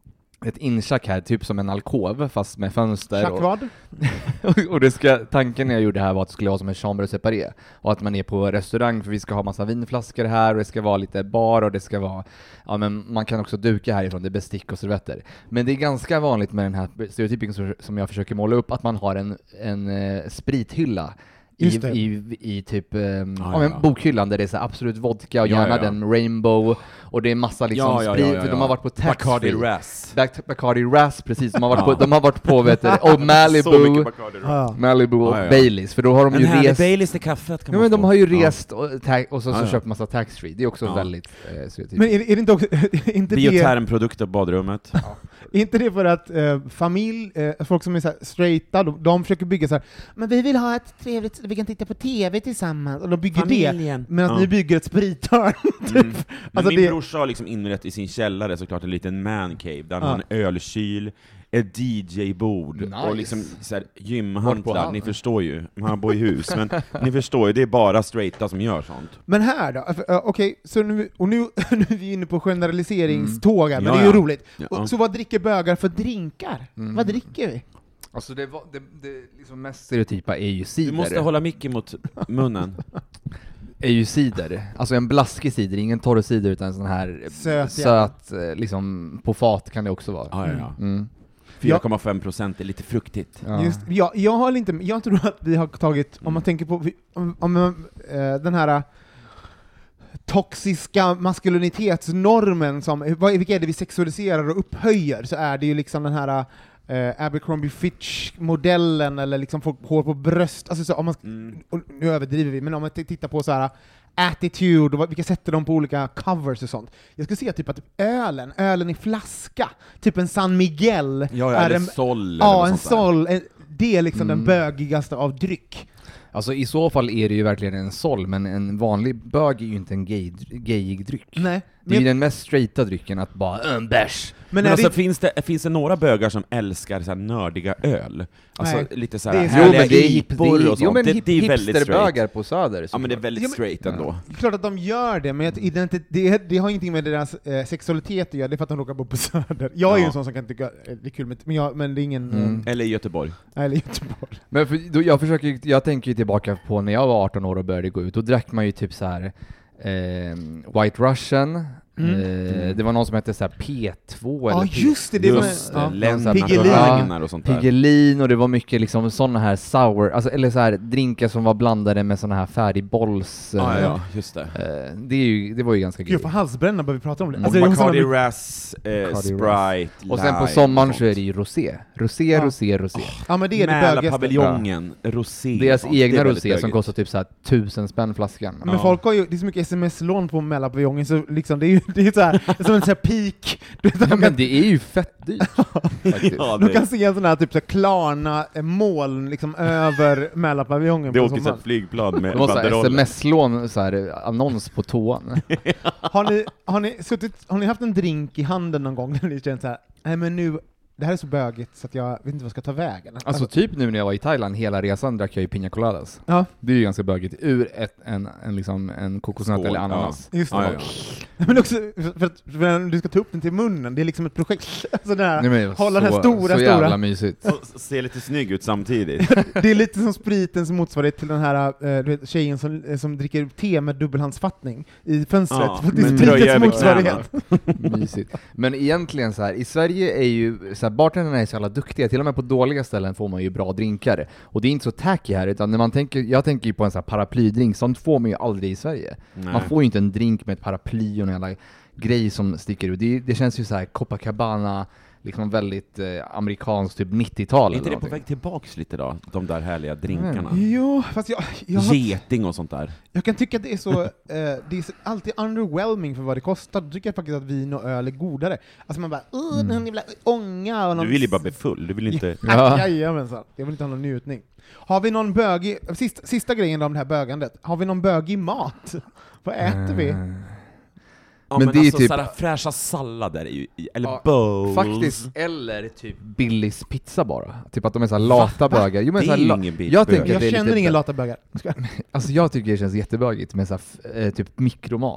[SPEAKER 7] ett inchack här, typ som en alkov fast med fönster.
[SPEAKER 6] Chack vad?
[SPEAKER 7] Och, och det ska, tanken när jag gjorde det här var att det skulle vara som en chambre separé. Och att man är på restaurang för vi ska ha massa vinflaskor här och det ska vara lite bar och det ska vara, ja men man kan också duka härifrån, det är bestick och servetter. Men det är ganska vanligt med den här stereotypen som jag försöker måla upp, att man har en, en uh, sprithylla. I, i, i typ um,
[SPEAKER 8] ah,
[SPEAKER 7] ja,
[SPEAKER 8] ja.
[SPEAKER 7] bokhyllan där det är så absolut vodka och
[SPEAKER 8] ja,
[SPEAKER 7] gärna
[SPEAKER 8] ja.
[SPEAKER 7] den Rainbow och det är massa liksom
[SPEAKER 8] ja, ja,
[SPEAKER 7] sprit,
[SPEAKER 8] ja, ja, ja.
[SPEAKER 7] för de har varit på
[SPEAKER 8] Bacardi
[SPEAKER 7] taxfree.
[SPEAKER 8] Ras.
[SPEAKER 7] Bacardi Ras, precis. De har varit
[SPEAKER 8] ja.
[SPEAKER 7] på, de har varit på vet du, och Malibu,
[SPEAKER 6] Ja.
[SPEAKER 7] Malibu och
[SPEAKER 8] ja, ja.
[SPEAKER 7] Baileys, för då har de
[SPEAKER 8] en
[SPEAKER 7] ju
[SPEAKER 8] härlig
[SPEAKER 7] rest.
[SPEAKER 8] Baileys till kaffet kan
[SPEAKER 7] Ja,
[SPEAKER 8] man
[SPEAKER 7] men de
[SPEAKER 8] få.
[SPEAKER 7] har ju
[SPEAKER 8] Ja.
[SPEAKER 7] rest och, ta- och så,
[SPEAKER 8] Ja,
[SPEAKER 7] så
[SPEAKER 8] ja.
[SPEAKER 7] köpt massa taxfree. Det är också
[SPEAKER 8] Ja.
[SPEAKER 7] väldigt eh, så typ.
[SPEAKER 6] Men är, är det inte också, inte det,
[SPEAKER 8] Biotermprodukter på badrummet.
[SPEAKER 6] är inte det för att eh, familj, eh, folk som är så här straighta, de, de försöker bygga så här, men vi vill ha ett trevligt, vi kan titta på tv tillsammans, och de bygger
[SPEAKER 8] Familjen.
[SPEAKER 6] det, medan
[SPEAKER 8] Ja.
[SPEAKER 6] ni bygger ett sprithörn. Typ.
[SPEAKER 8] Mm. Men
[SPEAKER 6] Alltså
[SPEAKER 8] min
[SPEAKER 6] det-
[SPEAKER 8] brorsa har liksom inrett i sin källare såklart en liten man cave där han
[SPEAKER 6] Ja.
[SPEAKER 8] har en ölkyl, ett D J-bord
[SPEAKER 7] Nice.
[SPEAKER 8] och liksom så här,
[SPEAKER 7] Vart på
[SPEAKER 8] gymhantlar.
[SPEAKER 7] han?
[SPEAKER 8] Ni förstår ju, han bor i hus, men ni förstår ju, det är bara straighta som gör sånt.
[SPEAKER 6] Men här då, uh, okej, okay, så nu, och nu, nu är vi inne på generaliseringståg här, men
[SPEAKER 8] Ja,
[SPEAKER 6] det är ju
[SPEAKER 8] ja.
[SPEAKER 6] roligt.
[SPEAKER 8] Ja.
[SPEAKER 6] Och, så vad dricker bögar för drinkar?
[SPEAKER 7] Mm.
[SPEAKER 6] Vad dricker vi?
[SPEAKER 7] Alltså det, var, det, det liksom mest stereotypa är ju cider.
[SPEAKER 8] Du måste hålla micken mot munnen.
[SPEAKER 7] Är ju cider. Alltså en blaskig cider, ingen torr cider utan en sån här
[SPEAKER 6] Söt,
[SPEAKER 7] söt eh, liksom på fat kan det också vara.
[SPEAKER 8] Ja, ja, ja.
[SPEAKER 7] Mm.
[SPEAKER 8] fyra komma fem procent är lite fruktigt.
[SPEAKER 7] Ja.
[SPEAKER 6] Just, jag, jag, har inte, jag tror att vi har tagit, om man tänker på om, om, eh, den här uh, toxiska maskulinitetsnormen, som, vad, vilka är det vi sexualiserar och upphöjer, så är det ju liksom den här uh, Abercrombie Fitch-modellen, eller liksom folk hår på bröst, alltså så, om man,
[SPEAKER 8] Mm.
[SPEAKER 6] och nu överdriver vi, men om man t- tittar på så här attitude och vad, vilka sätter de på olika covers och sånt. Jag skulle säga typ att ölen, ölen i flaska, typ en San Miguel,
[SPEAKER 8] Ja, ja,
[SPEAKER 6] är
[SPEAKER 8] eller
[SPEAKER 6] en,
[SPEAKER 8] sol eller
[SPEAKER 6] ja,
[SPEAKER 8] något
[SPEAKER 6] en
[SPEAKER 8] sånt där.
[SPEAKER 6] sol, en, det är liksom
[SPEAKER 7] Mm.
[SPEAKER 6] den bögigaste av dryck.
[SPEAKER 7] Alltså i så fall är det ju verkligen en sol, men en vanlig bög är ju inte en gay, gayig dryck.
[SPEAKER 6] Nej,
[SPEAKER 7] Det är ju
[SPEAKER 6] men,
[SPEAKER 7] den mest straighta drycken att bara en bärs.
[SPEAKER 6] men
[SPEAKER 8] Men
[SPEAKER 6] är
[SPEAKER 8] alltså,
[SPEAKER 6] det,
[SPEAKER 8] finns, det, finns det några bögar som älskar så här nördiga öl? Alltså
[SPEAKER 6] Nej.
[SPEAKER 8] lite så
[SPEAKER 6] Det
[SPEAKER 8] här
[SPEAKER 6] är-
[SPEAKER 8] härliga
[SPEAKER 7] Jo men det är, hip, det
[SPEAKER 8] ipor
[SPEAKER 7] är,
[SPEAKER 8] och
[SPEAKER 7] jo,
[SPEAKER 8] sånt.
[SPEAKER 7] men
[SPEAKER 8] det,
[SPEAKER 7] hip,
[SPEAKER 8] det är väldigt straight.
[SPEAKER 7] hipsterbögar på Söder.
[SPEAKER 8] Ja, men det är väldigt
[SPEAKER 6] Ja, men-
[SPEAKER 8] straight ändå.
[SPEAKER 6] det är klart att de gör det, men jag, identi- det, det har ingenting med deras eh, sexualitet att göra, det är för att de råkar bo på Söder. Jag är ju
[SPEAKER 8] Ja.
[SPEAKER 6] en sån som kan tycka eh, det är kul, med, men, jag, men det är ingen...
[SPEAKER 7] Mm.
[SPEAKER 6] Mm.
[SPEAKER 8] Eller i Göteborg.
[SPEAKER 6] Eller Göteborg.
[SPEAKER 7] Men för, då, jag försöker ju- jag tänker ju tillbaka på när jag var arton år och började gå ut, då drack man ju typ så här eh, White Russian,
[SPEAKER 6] Mm.
[SPEAKER 7] eh, det var någon som hette så här P två
[SPEAKER 6] Ja,
[SPEAKER 7] eller P-
[SPEAKER 6] just det, det var...
[SPEAKER 8] Just det,
[SPEAKER 6] Ja.
[SPEAKER 8] Lennart
[SPEAKER 6] Piggelin.
[SPEAKER 8] och Ragnar och sånt där.
[SPEAKER 7] Piggelin, och det var mycket liksom såna här sour, alltså, eller så här drinkar som var blandade med såna här färdigbolls.
[SPEAKER 8] Ja,
[SPEAKER 7] eh,
[SPEAKER 8] ja, just det.
[SPEAKER 7] eh, det, är ju, det var ju ganska
[SPEAKER 6] Gud, jag
[SPEAKER 7] gud.
[SPEAKER 6] får halsbränna bara vi pratar om det.
[SPEAKER 7] Mm.
[SPEAKER 6] Alltså, det är en sån
[SPEAKER 8] Bacardi
[SPEAKER 6] här-
[SPEAKER 8] Ras, eh,
[SPEAKER 7] Bacardi
[SPEAKER 8] Sprite,
[SPEAKER 7] Och sen på
[SPEAKER 8] lime
[SPEAKER 7] sommaren
[SPEAKER 8] och
[SPEAKER 7] så är
[SPEAKER 8] sånt.
[SPEAKER 7] det ju rosé. Rosé,
[SPEAKER 6] Ja.
[SPEAKER 7] rosé, rosé.
[SPEAKER 6] Ja, men det är det bögigaste.
[SPEAKER 8] Mälarpaviljongen, rosé.
[SPEAKER 7] Deras
[SPEAKER 8] och sånt. Det är
[SPEAKER 7] egna
[SPEAKER 8] väldigt
[SPEAKER 7] rosé som
[SPEAKER 8] bögigt.
[SPEAKER 7] kostar typ så här tusen spänn flaskan.
[SPEAKER 6] Men
[SPEAKER 8] Ja.
[SPEAKER 6] folk har ju, det är så mycket sms-lån på Mälarpaviljongen, så liksom, det är ju det är så här, som en sån här peak. Du vet,
[SPEAKER 7] Ja,
[SPEAKER 6] de,
[SPEAKER 7] men
[SPEAKER 6] kan,
[SPEAKER 7] det är ju fett dyrt. faktiskt.
[SPEAKER 8] Ja,
[SPEAKER 6] de
[SPEAKER 8] det,
[SPEAKER 6] kan se en sån här typ så här Klarna eh, moln liksom över Mälarpaviljongen
[SPEAKER 8] det
[SPEAKER 6] på
[SPEAKER 8] åker
[SPEAKER 6] sommaren.
[SPEAKER 8] ett flygplan med
[SPEAKER 7] De måste ha
[SPEAKER 8] banderoller.
[SPEAKER 7] sms-lån, så här, annons på toan.
[SPEAKER 6] Har ni, har, ni suttit, har ni haft en drink i handen någon gång när ni känt såhär, nej men nu, det här är så bögigt så att jag vet inte vad jag ska ta vägen?
[SPEAKER 7] Alltså typ nu när jag var i Thailand, hela resan drack jag ju piña coladas.
[SPEAKER 6] Ja.
[SPEAKER 7] Det är ju ganska bögigt, ur ett, en, en, liksom, en kokosnöt
[SPEAKER 8] Skål,
[SPEAKER 7] eller ananas.
[SPEAKER 6] Just det.
[SPEAKER 8] Ja, ja, ja.
[SPEAKER 6] Men också, för att för när du ska ta upp den till munnen, det är liksom ett projekt. Alltså det här,
[SPEAKER 7] Nej, men
[SPEAKER 6] hålla den här
[SPEAKER 7] så-
[SPEAKER 6] stora,
[SPEAKER 7] så jävla
[SPEAKER 6] stora.
[SPEAKER 7] mysigt.
[SPEAKER 8] Och se lite snygg ut samtidigt.
[SPEAKER 6] Det är lite som spritens motsvarighet till den här eh, du vet, tjejen som, eh, som dricker te med dubbelhandsfattning i fönstret.
[SPEAKER 8] Ja,
[SPEAKER 6] För det är
[SPEAKER 8] med tröja
[SPEAKER 6] spritens
[SPEAKER 8] över
[SPEAKER 6] motsvarighet.
[SPEAKER 7] Mysigt. Men egentligen så här, i Sverige är ju så här, bartenderna är så jävla duktiga, till och med på dåliga ställen får man ju bra drinkar. Och det är inte så tacky här, utan när man tänker, jag tänker ju på en så här paraplydrink, sånt får man ju aldrig i Sverige.
[SPEAKER 8] Nej.
[SPEAKER 7] Man får ju inte en drink med ett paraply och en jävla grej som sticker ut. Det, det känns ju så här Copacabana, liksom väldigt eh, amerikanskt, typ nittiotal
[SPEAKER 8] Är inte
[SPEAKER 7] eller
[SPEAKER 8] det på
[SPEAKER 7] någonting.
[SPEAKER 8] väg tillbaks lite då? De där härliga drinkarna.
[SPEAKER 6] Jo, fast jag, jag, har,
[SPEAKER 8] Geting och sånt där.
[SPEAKER 6] jag kan tycka att det är så, eh, det är så alltid underwhelming för vad det kostar. Då tycker jag faktiskt att vin och öl är godare. Alltså man bara, åh,
[SPEAKER 7] Mm.
[SPEAKER 6] den jävla ånga och någon...
[SPEAKER 8] Du vill ju bara bli full, du vill inte...
[SPEAKER 7] Ja.
[SPEAKER 6] Jajamensan, jag vill inte ha någon njutning. Har vi någon bögig, sista, sista grejen om det här bögandet, har vi någon bögig mat? Vad äter vi?
[SPEAKER 7] Eh,
[SPEAKER 8] Ja,
[SPEAKER 7] Men
[SPEAKER 8] men,
[SPEAKER 7] det är
[SPEAKER 8] alltså
[SPEAKER 7] typ-
[SPEAKER 8] sådär fräscha sallader är ju, eller
[SPEAKER 7] Ja,
[SPEAKER 8] bowls.
[SPEAKER 7] Faktiskt, eller typ Billys pizza bara. Typ att de är så här lata
[SPEAKER 6] Va?
[SPEAKER 7] bögar. Jo, men
[SPEAKER 8] Det
[SPEAKER 7] så här
[SPEAKER 8] är
[SPEAKER 7] la-
[SPEAKER 8] ingen bit
[SPEAKER 7] jag
[SPEAKER 8] bög.
[SPEAKER 7] tänker att
[SPEAKER 6] Jag
[SPEAKER 7] det är
[SPEAKER 6] känner
[SPEAKER 7] lite
[SPEAKER 6] ingen
[SPEAKER 7] bö-
[SPEAKER 6] lata bögar. Ska-
[SPEAKER 7] Alltså jag tycker det känns jättebögigt med så här, f- eh, typ mikromat.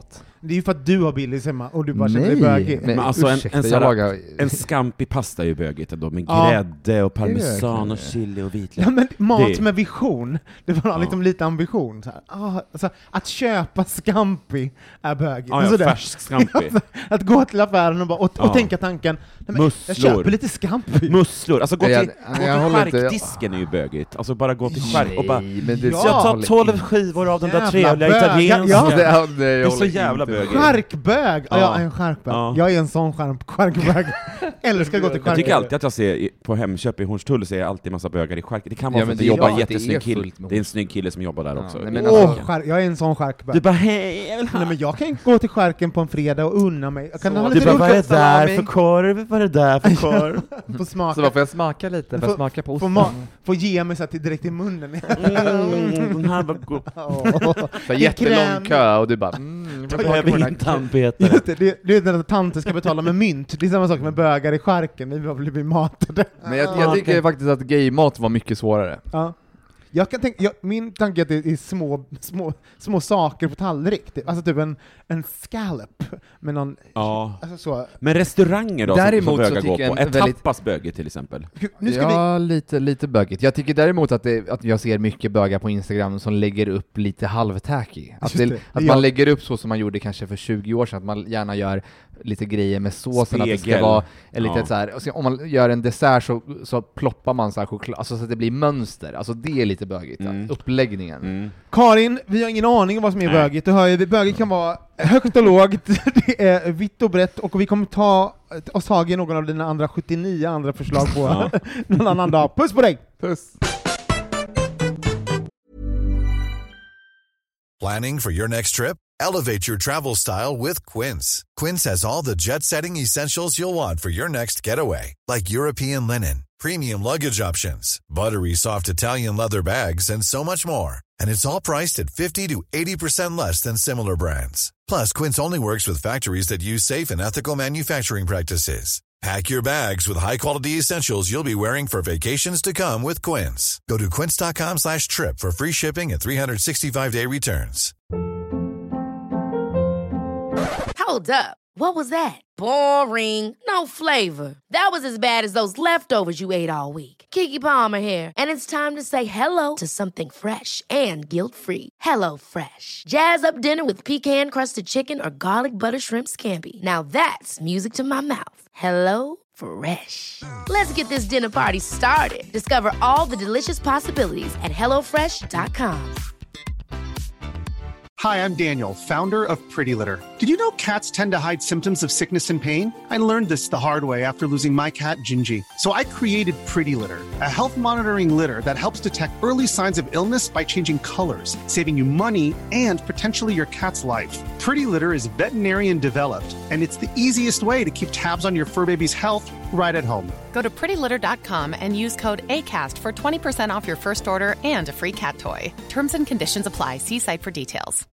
[SPEAKER 6] Det är ju för att du har Billys hemma och du bara känner dig bögig.
[SPEAKER 8] Men alltså en, en, sån
[SPEAKER 7] lagar...
[SPEAKER 8] en scampi pasta är ju bögigt ändå, med
[SPEAKER 6] Ja.
[SPEAKER 8] grädde och parmesan och chili och vitlök.
[SPEAKER 6] Ja, men mat
[SPEAKER 8] Det-
[SPEAKER 6] med vision. Det var
[SPEAKER 8] Ja.
[SPEAKER 6] liksom lite ambition. Så här. Ah, alltså, att köpa scampi är bögigt.
[SPEAKER 8] Ja, ja,
[SPEAKER 6] Sådär.
[SPEAKER 8] färsk scampi.
[SPEAKER 6] Alltså, att gå till affären och, bara, och,
[SPEAKER 8] Ja.
[SPEAKER 6] och tänka tanken, nej, men jag
[SPEAKER 8] Musslor.
[SPEAKER 6] köper lite scampi.
[SPEAKER 8] Musslor, alltså gå
[SPEAKER 7] Jag-
[SPEAKER 8] till,
[SPEAKER 7] jag
[SPEAKER 8] gå till
[SPEAKER 7] håller inte-
[SPEAKER 8] charkdisken är ju bögigt. Alltså bara gå till chark och bara,
[SPEAKER 7] Nej, men det
[SPEAKER 6] Ja.
[SPEAKER 8] så jag tar
[SPEAKER 7] håller
[SPEAKER 8] tolv
[SPEAKER 7] inte.
[SPEAKER 8] skivor av den där
[SPEAKER 6] Jävla
[SPEAKER 8] trevliga
[SPEAKER 6] bög.
[SPEAKER 8] italienska.
[SPEAKER 6] Ja.
[SPEAKER 7] Det, ja, det,
[SPEAKER 8] Det är
[SPEAKER 7] jag
[SPEAKER 8] så
[SPEAKER 7] håller
[SPEAKER 8] jävla
[SPEAKER 7] inte med.
[SPEAKER 8] bögigt.
[SPEAKER 6] Charkbög! Ja,
[SPEAKER 8] Ja.
[SPEAKER 6] jag är en charkbög.
[SPEAKER 8] Ja.
[SPEAKER 6] Jag är en sån chark, charkbög. Älskar att gå till
[SPEAKER 8] Jag
[SPEAKER 6] charkbög.
[SPEAKER 8] tycker alltid att jag ser i- på Hemköp i Hornstull ser jag alltid massa bögar i chark. Det kan vara
[SPEAKER 7] Ja,
[SPEAKER 8] för
[SPEAKER 7] men
[SPEAKER 8] att det
[SPEAKER 7] det-
[SPEAKER 8] jobbar
[SPEAKER 7] ja, det är
[SPEAKER 8] jättesnygg kille.
[SPEAKER 7] fullt med
[SPEAKER 8] Det är en snygg kille som jobbar där
[SPEAKER 7] Ja,
[SPEAKER 8] också.
[SPEAKER 7] nej, men
[SPEAKER 6] Åh,
[SPEAKER 7] alltså-
[SPEAKER 6] chark, jag är en sån charkbög.
[SPEAKER 8] Du bara, hej, jag vill ha.
[SPEAKER 6] Nej, men jag kan gå till charken på en fredag och unna mig. Jag kan
[SPEAKER 7] Så,
[SPEAKER 6] ha
[SPEAKER 8] Du
[SPEAKER 6] lite
[SPEAKER 8] bara, vad är det
[SPEAKER 6] rucola
[SPEAKER 8] där
[SPEAKER 6] salami,
[SPEAKER 8] för korv? Vad är det där för korv?
[SPEAKER 6] få smaka.
[SPEAKER 7] Så bara, får jag smaka lite? Får jag smaka på
[SPEAKER 6] få,
[SPEAKER 7] osten?
[SPEAKER 6] ma- få ge mig så att det är direkt i munnen.
[SPEAKER 8] Mm, den här var god.
[SPEAKER 6] Åh.
[SPEAKER 7] Så jättelång
[SPEAKER 6] kräm.
[SPEAKER 7] kö och du bara mm, jag
[SPEAKER 8] Jag
[SPEAKER 7] smaka på den
[SPEAKER 8] behöver
[SPEAKER 7] här.
[SPEAKER 8] inte tandpetare.
[SPEAKER 6] Just det, det, det är när tanten ska betala med mynt. Det är samma sak med bögar i charken. Vi har blivit matade.
[SPEAKER 7] Men jag, jag tycker faktiskt att gaymat var mycket svårare.
[SPEAKER 6] Ja. Jag kan tänka, jag, min tanke är att det är små, små, små saker på tallrik. Det- Alltså typ en, en scallop med någon...
[SPEAKER 8] Ja.
[SPEAKER 6] Alltså så.
[SPEAKER 8] Men restauranger då, som,
[SPEAKER 7] Däremot
[SPEAKER 8] som
[SPEAKER 7] så
[SPEAKER 8] bögar går
[SPEAKER 7] tycker
[SPEAKER 8] på?
[SPEAKER 7] jag
[SPEAKER 8] Är
[SPEAKER 7] en väldigt-
[SPEAKER 8] tapas bögigt till exempel?
[SPEAKER 6] Nu ska vi...
[SPEAKER 7] Ja, lite, lite bögigt. Jag tycker däremot att, det, att jag ser mycket bögar på Instagram som lägger upp lite halvtacky. Att,
[SPEAKER 6] Just
[SPEAKER 7] det,
[SPEAKER 6] det.
[SPEAKER 7] att
[SPEAKER 6] Det
[SPEAKER 7] man
[SPEAKER 6] jag-
[SPEAKER 7] lägger upp så som man gjorde kanske för tjugo år sedan, att man gärna gör lite grejer med såsen, att det ska
[SPEAKER 8] Spegel.
[SPEAKER 7] vara en lite
[SPEAKER 8] Ja.
[SPEAKER 7] så här, och sen om man gör en dessert så, så ploppar man så här choklad, alltså så att det blir mönster. Alltså det är lite bögigt.
[SPEAKER 8] Mm.
[SPEAKER 7] Uppläggningen.
[SPEAKER 8] Mm.
[SPEAKER 6] Karin, vi har ingen aning om vad som är
[SPEAKER 8] Nej.
[SPEAKER 6] bögigt. Du hör ju, bögigt kan vara högt och lågt, det är vitt och brett, och vi kommer ta oss tag i någon av dina andra sjuttionio andra förslag på
[SPEAKER 8] Ja.
[SPEAKER 6] någon annan dag. Puss på dig!
[SPEAKER 7] Puss!
[SPEAKER 9] Planning for your next trip? Elevate your travel style with Quince. Quince has all the jet-setting essentials you'll want for your next getaway, like European linen, premium luggage options, buttery soft Italian leather bags, and so much more. And it's all priced at fifty to eighty percent less than similar brands. Plus, Quince only works with factories that use safe and ethical manufacturing practices. Pack your bags with high-quality essentials you'll be wearing for vacations to come with Quince. Go to quince.com slash trip for free shipping and three sixty-five day returns.
[SPEAKER 10] Hold up. What was that? Boring. No flavor. That was as bad as those leftovers you ate all week. Keke Palmer here, and it's time to say hello to something fresh and guilt-free. Hello Fresh. Jazz up dinner with pecan-crusted chicken or garlic butter shrimp scampi. Now that's music to my mouth. Hello Fresh. Let's get this dinner party started. Discover all the delicious possibilities at hello fresh dot com.
[SPEAKER 11] Hi, I'm Daniel, founder of Pretty Litter. Did you know cats tend to hide symptoms of sickness and pain? I learned this the hard way after losing my cat, Gingy. So I created Pretty Litter, a health monitoring litter that helps detect early signs of illness by changing colors, saving you money and potentially your cat's life. Pretty Litter is veterinarian developed, and it's the easiest way to keep tabs on your fur baby's health right at home.
[SPEAKER 12] Go to pretty litter dot com and use code ACAST for twenty percent off your first order and a free cat toy. Terms and conditions apply. See site for details.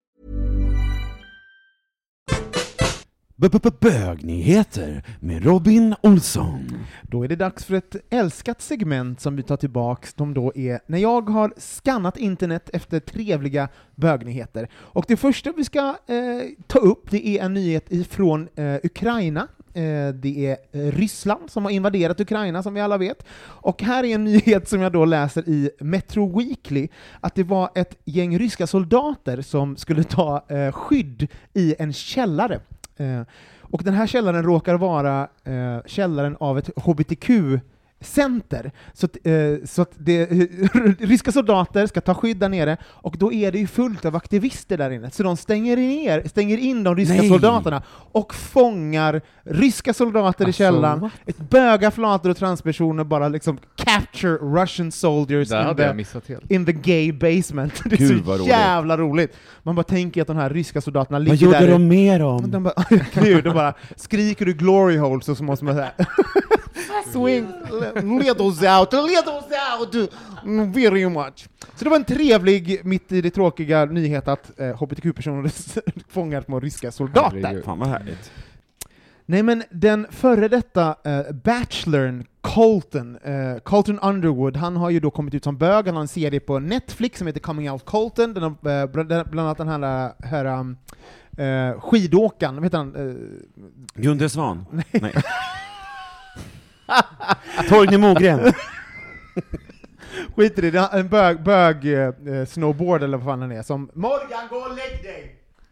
[SPEAKER 8] Bögnyheter med Robin Olsson.
[SPEAKER 6] Då är det dags för ett älskat segment som vi tar tillbaks, som då är när jag har skannat internet efter trevliga bögnyheter. Och det första vi ska eh, ta upp, det är en nyhet ifrån eh, Ukraina. Eh, det är eh, Ryssland som har invaderat Ukraina, som vi alla vet. Och här är en nyhet som jag då läser i Metro Weekly, att det var ett gäng ryska soldater som skulle ta eh, skydd i en källare. Eh, och den här källaren råkar vara eh, källaren av ett H B T Q-center. Så att, eh, så att det, ryska soldater ska ta skydd där nere, och då är det ju fullt av aktivister där inne. Så de stänger, ner, stänger in de ryska
[SPEAKER 8] Nej.
[SPEAKER 6] soldaterna och fångar ryska soldater
[SPEAKER 7] Alltså,
[SPEAKER 6] i källaren.
[SPEAKER 7] what?
[SPEAKER 6] Ett böga, flator och transpersoner bara liksom capture Russian soldiers
[SPEAKER 7] Det
[SPEAKER 6] in
[SPEAKER 7] hade jag
[SPEAKER 6] the,
[SPEAKER 7] missat helt.
[SPEAKER 6] in the gay basement. Det är
[SPEAKER 8] Gud, vad
[SPEAKER 6] så
[SPEAKER 8] roligt.
[SPEAKER 6] jävla roligt. Man bara tänker att de här ryska soldaterna ligger
[SPEAKER 8] Vad gjorde
[SPEAKER 6] där.
[SPEAKER 8] de mer om?
[SPEAKER 6] De bara, gud, de bara skriker du glory hole så måste man säga swing, led oss out, led oss out, mm, very much. Så det var en trevlig, mitt i det tråkiga nyhet att eh, H B T Q-personer fångar små ryska soldater.
[SPEAKER 7] Herregud.
[SPEAKER 8] Fan vad härligt.
[SPEAKER 6] Nej, men den före detta eh, bachelorn Colton, eh, Colton Underwood, han har ju då kommit ut som bög. Han har en serie på Netflix som heter Coming Out Colton. Den har, eh, bland, bland annat den här, här um, Uh, skidåkan, vet han? Uh,
[SPEAKER 8] Gunde Svan? Nej. Nej. Torgny Mogren.
[SPEAKER 6] Skit i det, det är en bög, bög uh, snowboard eller vad fan han är, som Morgan, gå och lägg dig!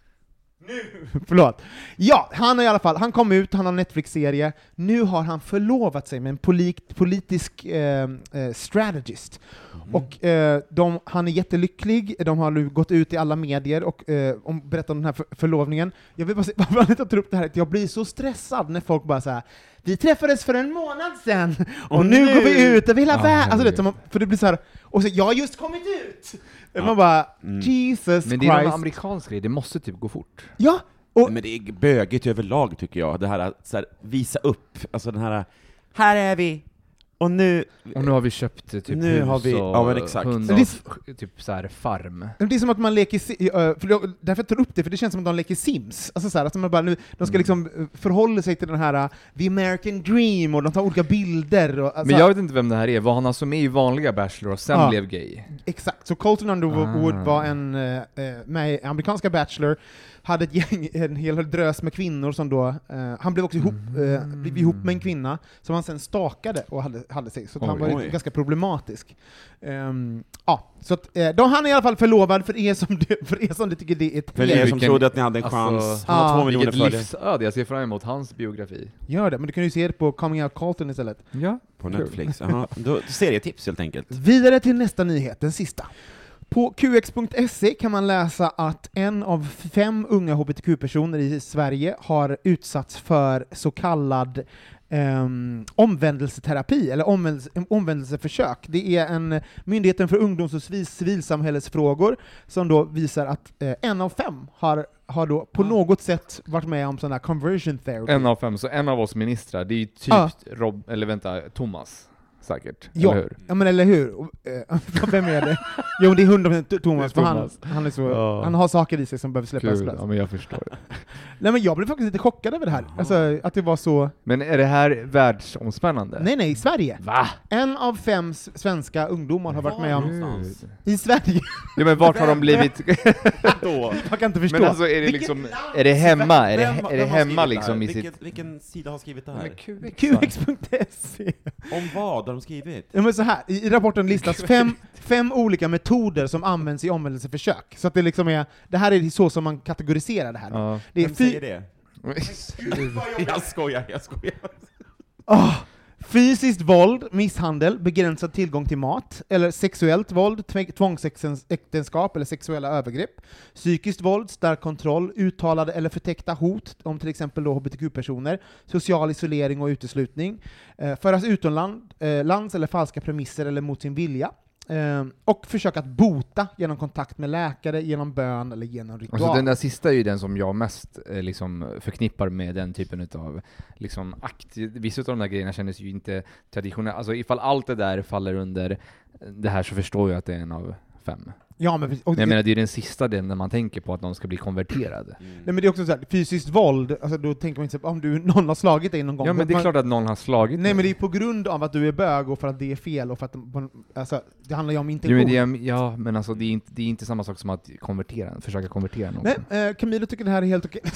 [SPEAKER 6] Nu! Förlåt. Ja, han är i alla fall, han kom ut, han har en Netflix-serie, nu har han förlovat sig med en polit, politisk eh, eh, strategist. Mm. Och eh, de, han är jättelycklig, de har nu gått ut i alla medier och eh, om, berättat om den här för, förlovningen. Jag vill bara säga, varför jag tar upp det här, jag blir så stressad när folk bara säger vi träffades för en månad sedan, och, och nu, nu går vi ut över hela ja, världen. Alltså, det, man, för det blir så här, och så, jag har just kommit ut! Ja. Man bara, mm. Jesus Christ.
[SPEAKER 7] Men det är en amerikansk grej, det måste typ gå fort.
[SPEAKER 6] Ja!
[SPEAKER 8] Och men det är bögigt överlag tycker jag, det här att så här, visa upp, alltså den här, här är vi, och nu
[SPEAKER 7] och nu har vi köpt typ
[SPEAKER 8] nu
[SPEAKER 7] hus
[SPEAKER 8] har vi,
[SPEAKER 7] och
[SPEAKER 8] ja, men exakt.
[SPEAKER 7] hund och är, typ så här farm.
[SPEAKER 6] Det är som att man leker, för jag, därför jag tar upp det, för det känns som att de leker Sims. Alltså så här, att man bara, nu, de ska liksom förhålla sig till den här The American Dream, och de tar olika bilder. Och, alltså.
[SPEAKER 7] Men jag vet inte vem det här är, var han alltså med i vanliga Bachelor och sen ja, blev gay?
[SPEAKER 6] Exakt, så Colton Underwood ah. var en äh, med i amerikanska Bachelor, hade ett gäng, en hel drös med kvinnor som då, eh, han blev också ihop, eh, blev ihop med en kvinna som han sen stakade och hade, hade sig, så oj, han var oj. ganska problematisk. Um, ja, så att, eh, då han är i alla fall förlovad för er som det, för er som det tycker det är ett
[SPEAKER 8] för er som trodde att ni hade en chans, alltså, han har två miljoner för det.
[SPEAKER 7] Livsöde, jag ser fram emot hans biografi.
[SPEAKER 6] Gör det, men du kan ju se det på Coming Out Colton istället.
[SPEAKER 7] Ja,
[SPEAKER 8] på Netflix. Aha, då serietips helt enkelt.
[SPEAKER 6] Vidare till nästa nyhet, den sista. På Q X punkt se kan man läsa att en av fem unga H B T Q-personer i Sverige har utsatts för så kallad um, omvändelseterapi, eller omvändelse, omvändelseförsök. Det är en Myndigheten för ungdoms- och civilsamhällesfrågor som då visar att uh, en av fem har har då på ah. något sätt varit med om sån här conversion therapy.
[SPEAKER 7] En av fem, så en av oss ministrar, det är ju typ ah. Rob, eller vänta, Thomas. Säkert,
[SPEAKER 6] ja,
[SPEAKER 7] eller hur?
[SPEAKER 6] Ja, men eller hur? Vem är det? Jo, det är hundra procent Thomas, för han, han, är så, ja. han har saker i sig som behöver släppas.
[SPEAKER 7] Kul. Ja, men jag förstår.
[SPEAKER 6] Nej, men jag blev faktiskt lite chockad över det här. Alltså, att det var så...
[SPEAKER 7] Men är det här världsomspännande?
[SPEAKER 6] Nej, nej, i Sverige.
[SPEAKER 7] Va?
[SPEAKER 6] En av fem svenska ungdomar har varit med om... Någonstans? I Sverige.
[SPEAKER 7] Ja, men vart har de blivit...
[SPEAKER 6] Då? Jag kan inte förstå.
[SPEAKER 7] Men alltså, är det liksom... Är det hemma? Är det, vem, är det hemma liksom i
[SPEAKER 8] vilken,
[SPEAKER 7] sitt...
[SPEAKER 8] vilken sida har skrivit det här?
[SPEAKER 6] Q X punkt se.
[SPEAKER 8] Om vad har de skrivit?
[SPEAKER 6] Ja, men så här, i rapporten listas fem, fem olika metoder som används i omvändelseförsök. Så att det liksom är, det här är så som man kategoriserar det här.
[SPEAKER 7] Ja.
[SPEAKER 6] Det är
[SPEAKER 8] Vem säger det? jag skojar, jag skojar.
[SPEAKER 6] Oh, fysiskt våld, misshandel, begränsad tillgång till mat, eller sexuellt våld, tvångsäktenskap eller sexuella övergrepp, psykiskt våld, stark kontroll, uttalade eller förtäckta hot om till exempel då H B T Q-personer, social isolering och uteslutning, eh, föras utomlands eh, lands eller falska premisser eller mot sin vilja, eh, och försöka att bota genom kontakt med läkare, genom bön eller genom ritual.
[SPEAKER 7] Alltså den där sista är ju den som jag mest eh, liksom förknippar med den typen av liksom akt. Vissa av de där grejerna kändes ju inte traditionella. Alltså ifall allt det där faller under det här så förstår jag att det är en av fem.
[SPEAKER 6] Ja, men, och
[SPEAKER 7] men jag menar, det är den sista delen när man tänker på att någon ska bli konverterad. Mm.
[SPEAKER 6] Nej, men det är också så här, fysiskt våld, alltså då tänker man inte så, om du, någon har slagit dig någon gång.
[SPEAKER 7] Ja, men det är
[SPEAKER 6] man,
[SPEAKER 7] klart att någon har slagit
[SPEAKER 6] Nej,
[SPEAKER 7] dig.
[SPEAKER 6] men det är på grund av att du är bög och för att det är fel och för att alltså, det handlar ju om intention.
[SPEAKER 7] Jo, men det är, ja, men alltså det är, inte, det är inte samma sak som att konvertera, försöka konvertera någon.
[SPEAKER 6] Nej, eh, Camilo tycker det här är helt okej.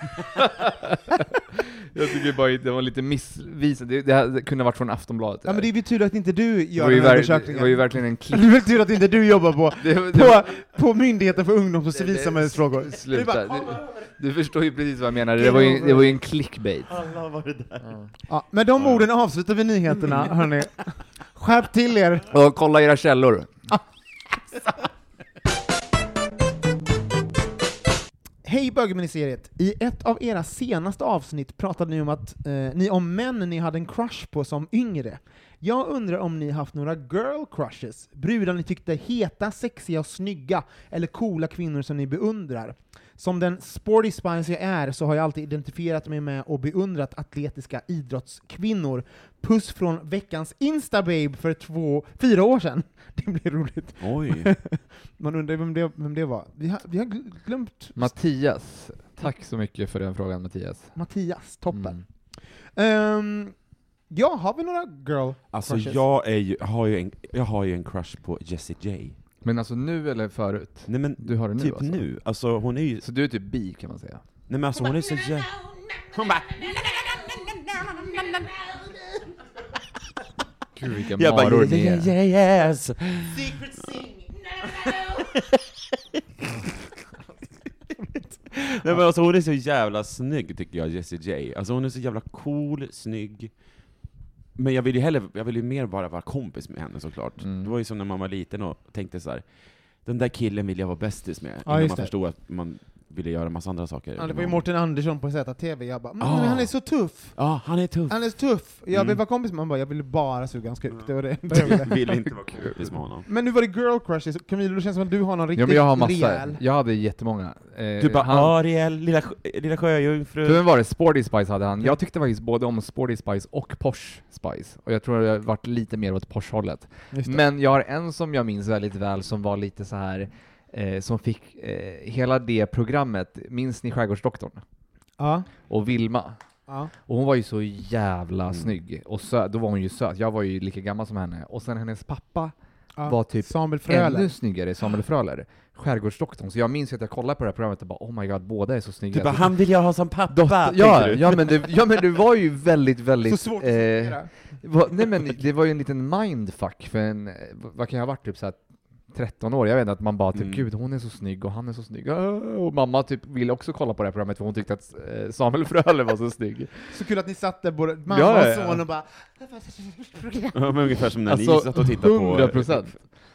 [SPEAKER 7] Jag tycker bara det var lite missvisande. Det, det, här, det kunde ha varit från Aftonbladet.
[SPEAKER 6] Ja, men det är ju tur att inte du gör
[SPEAKER 7] den
[SPEAKER 6] här
[SPEAKER 7] ver-
[SPEAKER 6] undersökningen.
[SPEAKER 7] Det var ju verkligen en klick.
[SPEAKER 6] Det är väl tur att inte du jobbar på,
[SPEAKER 7] det, det,
[SPEAKER 6] på, på Myndigheten för ungdoms- och civilsamhällesfrågor.
[SPEAKER 7] Sluta. Du, du förstår ju precis vad jag menar. Det var ju, det var ju en clickbait.
[SPEAKER 8] Alla var det där.
[SPEAKER 6] Ja. Ja, med de orden avslutar vi nyheterna, hörni. Skärp till er.
[SPEAKER 7] Och kolla era källor.
[SPEAKER 6] Hej bögministeriet! I ett av era senaste avsnitt pratade ni om att eh, ni om män ni hade en crush på som yngre. Jag undrar om ni haft några girl crushes, brudar ni tyckte heta, sexiga och snygga, eller coola kvinnor som ni beundrar. Som den sporty spice jag är så har jag alltid identifierat mig med och beundrat atletiska idrottskvinnor. Puss från veckans Instababe för två, fyra år sedan. Det blir roligt.
[SPEAKER 8] Oj.
[SPEAKER 6] Man undrar vem det, vem det var. Vi har, vi har glömt...
[SPEAKER 7] Mattias. Tack så mycket för den frågan, Mattias.
[SPEAKER 6] Mattias, toppen. Mm. Um, ja, har vi några girl
[SPEAKER 8] Alltså
[SPEAKER 6] crushes?
[SPEAKER 8] jag, är ju, har ju en, jag har ju en crush på Jessie J.
[SPEAKER 7] Men alltså nu eller förut?
[SPEAKER 8] Nej men
[SPEAKER 7] du har det nu
[SPEAKER 8] typ
[SPEAKER 7] alltså.
[SPEAKER 8] nu. Alltså hon är ju...
[SPEAKER 7] Så du är typ bi kan man säga.
[SPEAKER 8] Nej men alltså hon är så jä... Hon bara...
[SPEAKER 7] Gud vilka
[SPEAKER 8] jag bara,
[SPEAKER 7] maror
[SPEAKER 8] yeah,
[SPEAKER 7] ni är.
[SPEAKER 8] yeah, yeah, yes.
[SPEAKER 6] Secret singing.
[SPEAKER 8] Nej men alltså hon är så jävla snygg tycker jag, Jessie J. Alltså hon är så jävla cool, snygg. Men jag vill ju hellre, jag vill ju mer bara vara kompis med henne såklart. Mm. Det var ju som när man var liten och tänkte så här: den där killen vill jag vara bästis med. Ja, innan man förstod att man ville göra en massa andra saker.
[SPEAKER 6] Ja, det var ju Mårten Andersson på Z T V. Jag bara, men,
[SPEAKER 8] ah.
[SPEAKER 6] men han är så tuff.
[SPEAKER 8] Ja, ah, han är tuff.
[SPEAKER 6] Han är så tuff. Jag vill
[SPEAKER 8] mm.
[SPEAKER 6] vara kompis med honom. Jag ville bara suga hans kuk. Det var det.
[SPEAKER 8] Jag ville. vill inte vara kompis med honom.
[SPEAKER 6] Men nu var det girl crushes. Camilo, det känns som att du har någon riktigt
[SPEAKER 7] ja, men jag har massa.
[SPEAKER 6] rejäl.
[SPEAKER 7] Jag hade jättemånga. Eh,
[SPEAKER 8] du bara, han... Ariel, lilla, lilla sjöjungfru.
[SPEAKER 7] För vem var det? Sporty Spice hade han. Jag tyckte faktiskt både om Sporty Spice och Porsche Spice. Och jag tror det har varit lite mer åt Porsche-hållet. Men jag har en som jag minns väldigt väl som var lite så här... Eh, som fick eh, hela det programmet, minns ni Skärgårdsdoktorn?
[SPEAKER 6] Ja.
[SPEAKER 7] Och Vilma.
[SPEAKER 6] Ja.
[SPEAKER 7] Och hon var ju så jävla
[SPEAKER 8] mm.
[SPEAKER 7] snygg. Och så, då var hon ju söt. Jag var ju lika gammal som henne. Och sen hennes pappa
[SPEAKER 6] ja.
[SPEAKER 7] var typ
[SPEAKER 6] Samuel Fröler.
[SPEAKER 7] ännu snyggare, Samuel Fröler. Skärgårdsdoktorn. Så jag minns att jag kollade på det här programmet och bara, oh my god, båda är så snygga.
[SPEAKER 8] Du bara, han vill jag ha som pappa.
[SPEAKER 7] Dotter, ja, ja, men det, ja, men det var ju väldigt, väldigt...
[SPEAKER 6] Så svårt
[SPEAKER 7] eh, var, nej, men det var ju en liten mindfuck för en, vad kan jag ha varit, typ så här tretton år, jag vet inte, att man bara typ, mm. gud hon är så snygg och han är så snygg, och mamma typ ville också kolla på det här programmet för hon tyckte att Samuel Fröler var så snygg.
[SPEAKER 6] Så kul att ni satt där både mamma
[SPEAKER 7] ja, ja.
[SPEAKER 6] och son och bara
[SPEAKER 8] ja, men ungefär som när
[SPEAKER 7] alltså,
[SPEAKER 8] ni satt och tittade på
[SPEAKER 7] hundra procent.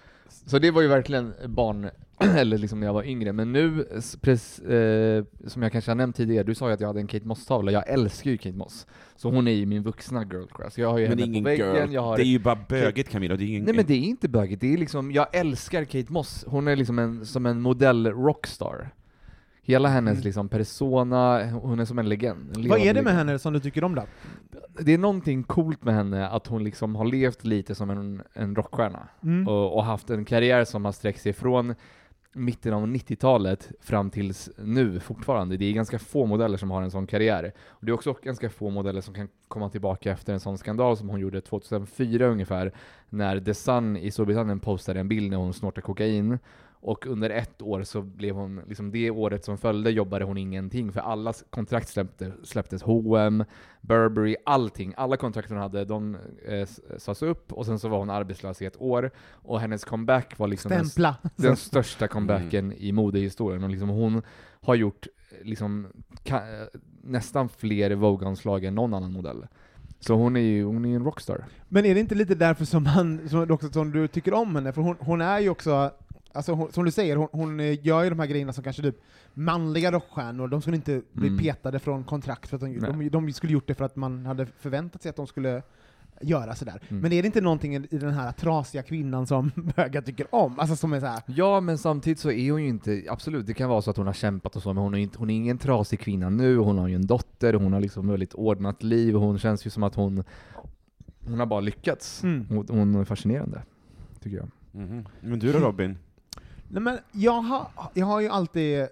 [SPEAKER 7] Så det var ju verkligen barn, eller liksom när jag var yngre, men nu, pres, eh, som jag kanske har nämnt tidigare, du sa ju att jag hade en Kate Moss-tavla, jag älskar ju Kate Moss. Så hon är ju min vuxna girl crush. Jag har ju
[SPEAKER 8] men
[SPEAKER 7] henne
[SPEAKER 8] ingen
[SPEAKER 7] på väggen,
[SPEAKER 8] girl.
[SPEAKER 7] Jag har...
[SPEAKER 8] Det är ju bara böget, Camilla. Det är ingen...
[SPEAKER 7] Nej men det är inte böget, det är liksom, jag älskar Kate Moss. Hon är liksom en, som en modell rockstar. Hela hennes mm. liksom persona, hon är som en legend. En
[SPEAKER 6] vad är det med
[SPEAKER 7] legend.
[SPEAKER 6] henne som du tycker om då?
[SPEAKER 7] Det är någonting coolt med henne, att hon liksom har levt lite som en, en rockstjärna. Mm. Och, och haft en karriär som har sträckt sig från mitten av nittiotalet fram tills nu fortfarande. Det är ganska få modeller som har en sån karriär. Och det är också ganska få modeller som kan komma tillbaka efter en sån skandal som hon gjorde tjugohundrafyra ungefär, när The Sun i Storbritannien postade en bild när hon snortade kokain. Och under ett år så blev hon, liksom det året som följde jobbade hon ingenting, för alla kontrakt släppte, släpptes, H och M, Burberry, allting. Alla kontrakt hon hade, de eh, sades upp, och sen så var hon arbetslös i ett år. Och hennes comeback var liksom den, den största comebacken mm. i modehistorien. Och liksom hon har gjort liksom, ka- nästan fler Vogue-anslag än någon annan modell. Så hon är ju hon är en rockstar.
[SPEAKER 6] Men är det inte lite därför som, han, som, också, som du tycker om henne? För hon, hon är ju också... Alltså hon, som du säger, hon, hon gör ju de här grejerna som kanske typ manliga rockstjärnor, de skulle inte bli mm. petade från kontrakt, för att de, de, de skulle gjort det för att man hade förväntat sig att de skulle göra sådär. Mm. Men är det inte någonting i den här trasiga kvinnan som bögar tycker om? Alltså som är så här.
[SPEAKER 7] Ja, men samtidigt så är hon ju inte, absolut, det kan vara så att hon har kämpat och så, men hon är, inte, hon är ingen trasig kvinna nu, hon har ju en dotter, hon har liksom väldigt ordnat liv, och hon känns ju som att hon hon har bara lyckats. Mm. Hon, hon är fascinerande, tycker jag.
[SPEAKER 8] Mm-hmm. Men du då, Robin?
[SPEAKER 6] Nej, men jag har, jag har ju alltid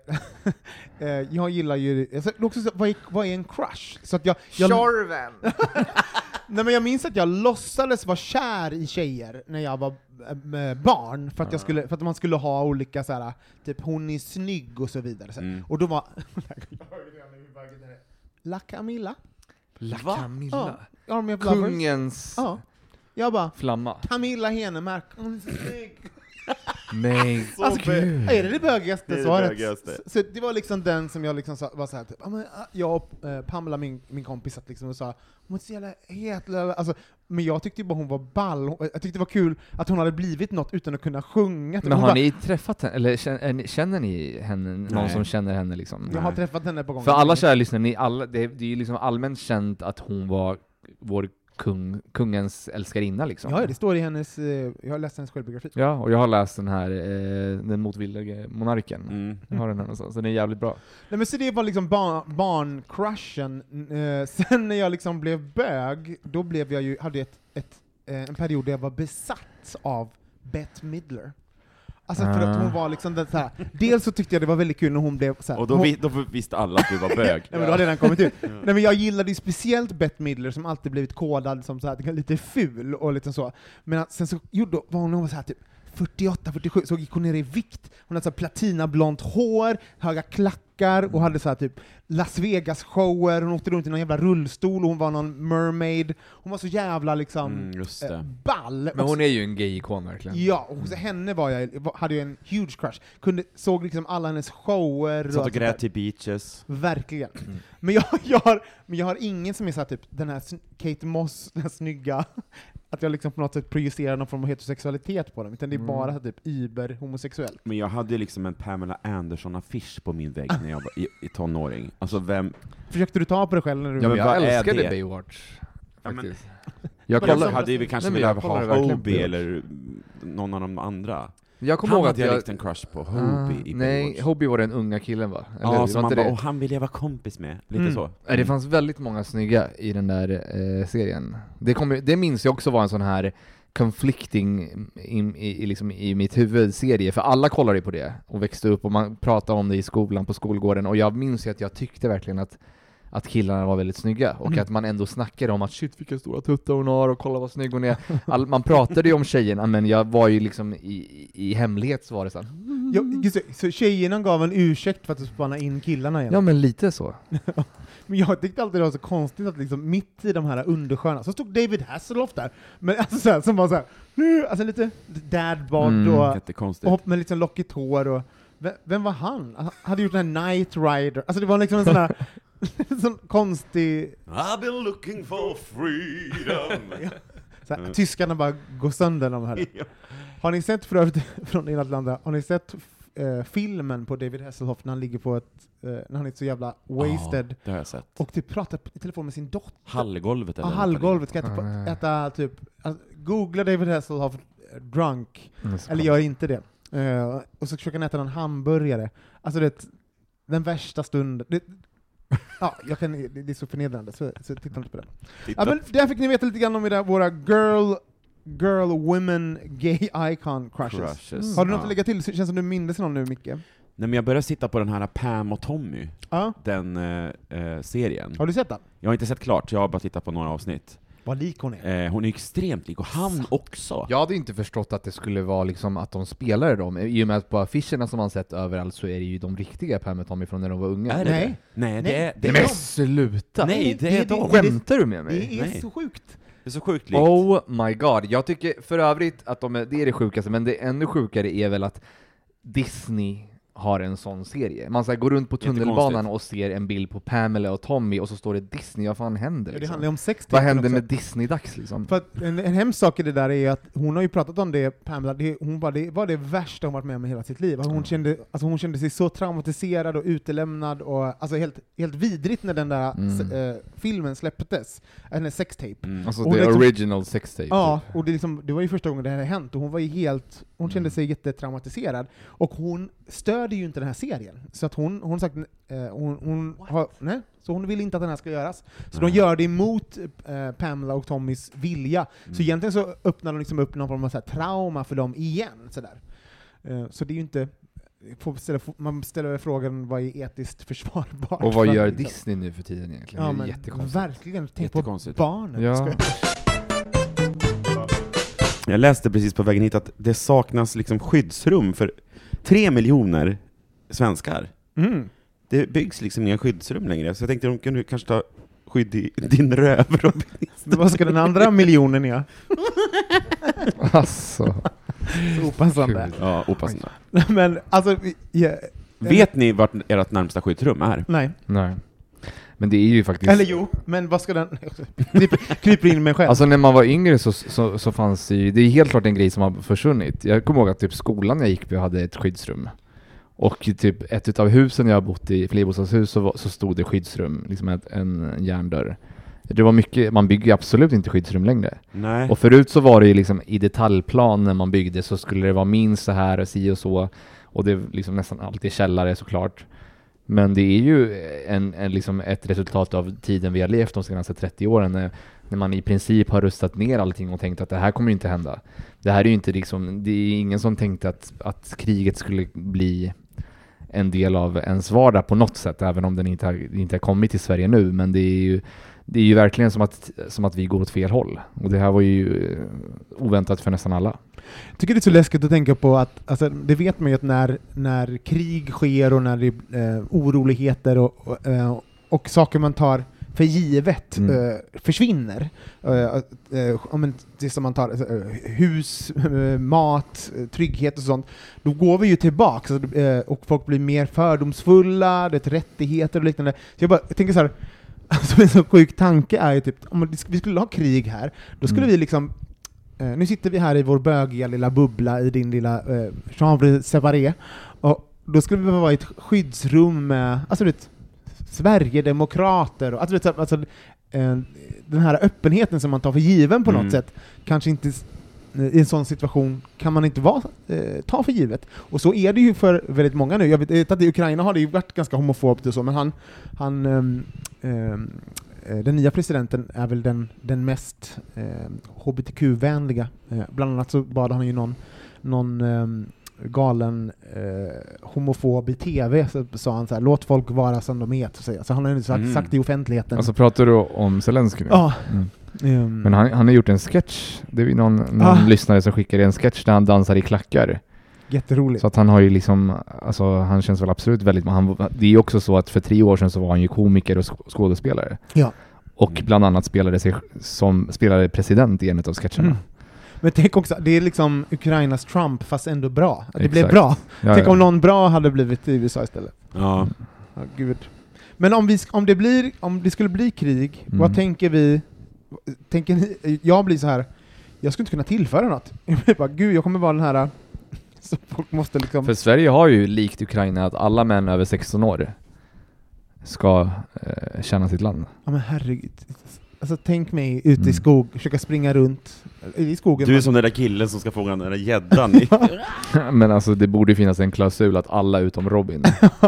[SPEAKER 6] jag gillar ju alltså, också, vad, är, vad är en crush? Så att jag, jag
[SPEAKER 7] Tjorven!
[SPEAKER 6] Nej, men jag minns att jag låtsades vara kär i tjejer när jag var äh, barn, för att, jag skulle, för att man skulle ha olika så här, typ hon är snygg och så vidare. Så. Mm. Och då var La Camilla.
[SPEAKER 7] La Camilla?
[SPEAKER 6] Ja, Army of
[SPEAKER 7] Kungens
[SPEAKER 6] ja. Jag bara,
[SPEAKER 7] flamma.
[SPEAKER 6] Camilla Henemark, hon är så snygg.
[SPEAKER 7] Nej,
[SPEAKER 6] alltså, är det det bögigaste svaret? Så, så det var liksom den som jag liksom sa, var så här typ, jag och eh, Pamela, min, min kompis, satt liksom och sa, hon är så jävla het, alltså, men jag tyckte bara hon var ball. Jag tyckte det var kul att hon hade blivit något utan att kunna sjunga.
[SPEAKER 7] Men har bara, ni träffat henne, eller känner, känner ni henne, någon Nej. som känner henne liksom?
[SPEAKER 6] Jag har träffat henne på gång.
[SPEAKER 7] För alla kära lyssnare, ni alla, det, det är ju liksom allmänt känt att hon var vår Kung, kungens älskarinna liksom.
[SPEAKER 6] Ja, det står i hennes, eh, jag har läst hennes självbiografi.
[SPEAKER 7] Ja, och jag har läst den här eh, Den motvillige monarken. Mm. Jag har den här någonstans, så den är jävligt bra.
[SPEAKER 6] Nej, men så det var liksom barn, barncrushen. Eh, sen när jag liksom blev bög, då blev jag ju, hade ett, ett, eh, en period där jag var besatt av Bette Midler. Alltså för att hon var liksom den så här. Dels så tyckte jag det var väldigt kul när hon blev så här,
[SPEAKER 8] och då,
[SPEAKER 6] hon,
[SPEAKER 8] vi, då visste alla att du var bög.
[SPEAKER 6] Nej, men då hade redan kommit ut. Ja. Nej, men jag gillade ju speciellt Bette Midler som alltid blivit kodad som så här, lite ful och lite så. Men att, sen så jo, då var hon så här typ fyrtioåtta fyrtiosju så gick hon ner i vikt. Hon hade så här platinablont hår, höga klackar och hade så här typ Las Vegas-shower. Hon åkte runt i någon jävla rullstol och hon var någon mermaid. Hon var så jävla liksom
[SPEAKER 8] Mm, just det.
[SPEAKER 6] eh, ball.
[SPEAKER 7] Men hon är ju en gay-ikon verkligen.
[SPEAKER 6] Ja, och så henne var jag, hade jag en huge crush. Kunde, såg liksom alla hennes shower.
[SPEAKER 8] Satt och
[SPEAKER 6] allt
[SPEAKER 8] grät
[SPEAKER 6] sånt där.
[SPEAKER 8] i beaches.
[SPEAKER 6] Verkligen. Mm. Men, jag, jag har, men jag har ingen som är så här, typ den här Kate Moss, den här snygga, att jag liksom på något sätt projicerar någon form av heterosexualitet på dem, utan det är
[SPEAKER 8] Mm.
[SPEAKER 6] bara typ iber-homosexuell.
[SPEAKER 8] Men jag hade liksom en Pamela Anderson-affisch på min vägg när jag var i, i tonåring. Alltså vem...
[SPEAKER 6] Försökte du ta på dig själv när du...
[SPEAKER 7] Ja, men jag
[SPEAKER 8] vad är
[SPEAKER 7] älskade
[SPEAKER 8] det?
[SPEAKER 7] Baywatch.
[SPEAKER 8] Ja, men-
[SPEAKER 7] Faktiskt.
[SPEAKER 8] Jag
[SPEAKER 7] kollade-
[SPEAKER 8] kollade, hade vi kanske
[SPEAKER 7] Nej, men jag
[SPEAKER 8] velat
[SPEAKER 7] kollade
[SPEAKER 8] ha
[SPEAKER 7] verkligen
[SPEAKER 8] Hobie
[SPEAKER 7] Baywatch.
[SPEAKER 8] eller någon av de andra.
[SPEAKER 7] Jag kommer
[SPEAKER 8] Han
[SPEAKER 7] ihåg
[SPEAKER 8] hade
[SPEAKER 7] att
[SPEAKER 8] jag
[SPEAKER 7] jag...
[SPEAKER 8] riktigt en crush på,
[SPEAKER 7] Ah,
[SPEAKER 8] Hobie i
[SPEAKER 7] nej,
[SPEAKER 8] Baywatch.
[SPEAKER 7] Hobie var den unga killen va? Eller,
[SPEAKER 8] Ja,
[SPEAKER 7] var
[SPEAKER 8] som man
[SPEAKER 7] inte
[SPEAKER 8] bara,
[SPEAKER 7] det?
[SPEAKER 8] och han vill jag vara kompis med. Lite
[SPEAKER 6] Mm.
[SPEAKER 8] så.
[SPEAKER 7] Nej, det fanns väldigt många snygga i den där eh, serien. Det, kom, det minns jag också var en sån här conflicting i, i, i, liksom, i mitt huvudserie, för alla kollade ju på det och växte upp och man pratade om det i skolan, på skolgården, och jag minns ju att jag tyckte verkligen att att killarna var väldigt snygga, och
[SPEAKER 6] Mm.
[SPEAKER 7] att man ändå snackade om att shit vilka stora tuttar hon har och kolla vad snygg hon är. All, man pratade ju om tjejerna, men jag var ju liksom i, i hemlighet så var det så här.
[SPEAKER 6] Ja, just det. Så tjejerna gav en ursäkt för att spana in killarna igen.
[SPEAKER 7] Ja, men lite så.
[SPEAKER 6] Men jag tyckte alltid det var så konstigt att liksom mitt i de här undersköna så stod David Hasselhoff där, men alltså så här, som var så här, nu, alltså lite dadbod
[SPEAKER 7] Mm,
[SPEAKER 6] och,
[SPEAKER 8] Jättekonstigt.
[SPEAKER 6] och med liksom lockigt hår och vem, vem var han? Han hade gjort den här Knight Rider, alltså det var liksom en sån här sån konstig
[SPEAKER 8] I've been looking for freedom.
[SPEAKER 6] så här, tyskarna bara går sönder de här. Har ni sett för övrigt från det ena till det andra, har ni sett eh, filmen på David Hasselhoff när han ligger på ett, eh, när han är så jävla wasted
[SPEAKER 8] Ja, det har jag sett.
[SPEAKER 6] och typ pratar i telefon med sin dotter?
[SPEAKER 8] Hallgolvet eller
[SPEAKER 6] Ja,
[SPEAKER 8] något
[SPEAKER 6] hallgolvet ska äta, på,
[SPEAKER 7] Ah.
[SPEAKER 6] äta typ, alltså, googla David Hasselhoff eh, drunk,
[SPEAKER 7] Mm, så
[SPEAKER 6] eller gör inte det. Eh, och så försöker han äta någon hamburgare. Alltså det, den värsta stunden. Det, ja, jag kan, det, det är så förnedrande, så, så titta inte på det.
[SPEAKER 8] Titta.
[SPEAKER 6] Ja, men där fick ni veta lite grann om era, våra girl, girl, women, gay icon crushes.
[SPEAKER 8] Crushes.
[SPEAKER 6] Har du något
[SPEAKER 8] Ja.
[SPEAKER 6] att lägga till? Det känns som du minns någon nu, Micke.
[SPEAKER 8] Nej, men jag började sitta på den här Pam och Tommy,
[SPEAKER 6] Ja.
[SPEAKER 8] den eh, eh, serien.
[SPEAKER 6] Har du sett den?
[SPEAKER 8] Jag har inte sett klart, jag har bara tittat på några avsnitt.
[SPEAKER 6] Vad lik hon är.
[SPEAKER 8] Eh, hon är extremt lik, och han också.
[SPEAKER 7] Jag hade inte förstått att det skulle vara liksom att de spelade dem, i och med att på affischerna som man sett överallt så är det ju de riktiga Pam och Tommy från när de var unga.
[SPEAKER 8] Är det
[SPEAKER 6] Nej.
[SPEAKER 8] det? Nej,
[SPEAKER 6] Nej.
[SPEAKER 8] det är, det är
[SPEAKER 7] Nej men
[SPEAKER 8] de.
[SPEAKER 7] sluta!
[SPEAKER 8] Nej, det är de.
[SPEAKER 7] Skämtar du med mig?
[SPEAKER 6] Det är
[SPEAKER 8] Nej.
[SPEAKER 6] så sjukt.
[SPEAKER 8] Det är så sjukt likt.
[SPEAKER 7] Oh my god, jag tycker för övrigt att de är, det är det sjukaste, men det ännu sjukare är väl att Disney har en sån serie. Man så här, går runt på tunnelbanan och ser en bild på Pamela och Tommy och så står det Disney, vad fan händer?
[SPEAKER 6] Ja, det
[SPEAKER 7] Liksom?
[SPEAKER 6] handlar ju om sex.
[SPEAKER 7] Vad händer
[SPEAKER 6] också.
[SPEAKER 7] med Disney-dags liksom?
[SPEAKER 6] För att en, en hemsk sak i det där är att hon har ju pratat om det, Pamela, det, hon bara, det var det värsta hon varit med om i hela sitt liv. Hon,
[SPEAKER 7] Mm.
[SPEAKER 6] kände, alltså hon kände sig så traumatiserad och utelämnad och alltså helt, helt vidrigt när den där
[SPEAKER 7] Mm.
[SPEAKER 6] s- eh, filmen släpptes, en sextape.
[SPEAKER 8] Mm.
[SPEAKER 7] Alltså
[SPEAKER 6] Och
[SPEAKER 7] the
[SPEAKER 6] liksom-
[SPEAKER 7] original sextape.
[SPEAKER 6] Ja,
[SPEAKER 7] typ.
[SPEAKER 6] och det, liksom, det var ju första gången det här hade hänt och hon var ju helt, hon kände
[SPEAKER 7] Mm.
[SPEAKER 6] sig jättetraumatiserad. Och hon stödjer ju inte den här serien. Så att hon, hon sagt, eh, hon, hon har, nej, så hon vill inte att den här ska göras. Så
[SPEAKER 8] Nej.
[SPEAKER 6] de gör det emot eh, Pamela och Tommys vilja. Så
[SPEAKER 8] Mm.
[SPEAKER 6] egentligen så öppnar de liksom upp någon form av så här trauma för dem igen. Sådär. Eh, så det är ju inte, får ställa, man ställer frågan vad är etiskt försvarbart.
[SPEAKER 7] Och vad
[SPEAKER 6] för-
[SPEAKER 7] gör Disney nu för tiden egentligen?
[SPEAKER 6] Ja,
[SPEAKER 7] det är
[SPEAKER 6] men
[SPEAKER 7] jättekonstigt.
[SPEAKER 6] verkligen, tänk på
[SPEAKER 8] Jättekonstigt.
[SPEAKER 6] barnen.
[SPEAKER 7] Ja.
[SPEAKER 6] Ska jag-
[SPEAKER 8] Jag läste precis på vägen hit att det saknas liksom skyddsrum för tre miljoner svenskar.
[SPEAKER 6] Mm.
[SPEAKER 8] Det byggs liksom inga skyddsrum längre, så jag tänkte att de kunde kanske ta skydd i din röv, Robin.
[SPEAKER 6] Men vad ska den andra miljonen göra?
[SPEAKER 7] Alltså.
[SPEAKER 6] Så opassande.
[SPEAKER 8] Ja, opassande.
[SPEAKER 6] Men alltså, vi- ja,
[SPEAKER 8] Vet ni vart ert närmsta skyddsrum är?
[SPEAKER 6] nej.
[SPEAKER 7] Nej. Men det är ju faktiskt...
[SPEAKER 6] Eller jo, men vad ska den... kryper, kryper in med själv.
[SPEAKER 7] Alltså när man var yngre så, så, så fanns det ju... Det är helt klart en grej som har försvunnit. Jag kommer ihåg att typ skolan jag gick på hade ett skyddsrum. Och i typ ett utav husen jag har bott i, flerbostadshus, så, var- så stod det skyddsrum. Liksom ett, en järndörr. Det var mycket... Man bygger ju absolut inte skyddsrum längre.
[SPEAKER 8] Nej.
[SPEAKER 7] Och förut så var det ju liksom i detaljplan när man byggde så skulle det vara minst så här och si och så. Och det är liksom nästan alltid källare såklart. Men det är ju en, en liksom ett resultat av tiden vi har levt de senaste trettio åren när, när man i princip har rustat ner allting och tänkt att det här kommer inte hända. Det här är ju inte liksom, det är ingen som tänkte att, att kriget skulle bli en del av ens vardag på något sätt, även om den inte har, inte har kommit till Sverige nu. Men det är ju, det är ju verkligen som att, som att vi går åt fel håll. Och det här var ju oväntat för nästan alla.
[SPEAKER 6] Jag tycker det är så läskigt att tänka på att, alltså, det vet man ju att när, när krig sker och när det är eh, oroligheter och, och, eh, och saker man tar för givet mm. uh, försvinner. Uh, uh, om det som man tar uh, hus, uh, mat, uh, trygghet och sånt, då går vi ju tillbaka uh, och folk blir mer fördomsfulla, det är rättigheter och liknande. Så jag bara jag tänker så här, alltså en så sjuk tanke är ju typ, om vi skulle ha krig här, då skulle mm. vi liksom uh, nu sitter vi här i vår bögiga lilla bubbla i din lilla uh, chambre séparée, och då skulle vi vara i ett skyddsrum med, alltså det Sverigedemokrater och alltså, alltså eh, den här öppenheten som man tar för given på mm. något sätt, kanske inte i en sån situation kan man inte vara, eh, ta för givet. Och så är det ju för väldigt många nu. Jag vet att i Ukraina har det ju varit ganska homofobt och så, men han, han eh, eh, den nya presidenten är väl den, den mest eh, H B T Q-vänliga. Eh, bland annat så bad han ju någon, någon eh, galen eh, homofob i tv, så sa han så här, låt folk vara som de är, så, så han har ju sagt, mm. sagt i offentligheten.
[SPEAKER 7] Alltså pratar du om Zelensky nu?
[SPEAKER 6] Ja.
[SPEAKER 7] Mm.
[SPEAKER 6] Um.
[SPEAKER 7] Men han, han har gjort en sketch, det är ju någon, någon ah. lyssnare som skickade en sketch där han dansar i klackar.
[SPEAKER 6] Jätteroligt.
[SPEAKER 7] Så att han har ju liksom, alltså han känns väl absolut väldigt, han, det är ju också så att för tre år sedan så var han ju komiker och skådespelare.
[SPEAKER 6] Ja.
[SPEAKER 7] Och bland annat spelade sig som spelade president i en av sketcherna. Mm.
[SPEAKER 6] Men tänk också, det är liksom Ukrainas Trump fast ändå bra. Det
[SPEAKER 7] Exakt.
[SPEAKER 6] blev bra.
[SPEAKER 7] Ja,
[SPEAKER 6] tänk
[SPEAKER 7] ja.
[SPEAKER 6] om någon bra hade blivit i U S A istället.
[SPEAKER 8] Ja.
[SPEAKER 6] Ja, gud. Men om vi om det blir om det skulle bli krig, mm. vad tänker vi? Tänker ni, jag blir så här, jag skulle inte kunna tillföra något. Jag blir bara, gud, jag kommer vara den här så folk måste liksom.
[SPEAKER 7] För Sverige har ju likt Ukraina att alla män över sexton år ska eh, känna sitt land.
[SPEAKER 6] Ja, men herregud. Alltså tänk mig ute mm. i skog, försöka springa runt i skogen.
[SPEAKER 8] Du är man. Som den där killen som ska fånga den där gäddan i.
[SPEAKER 7] Men alltså det borde finnas en klausul att alla utom Robin.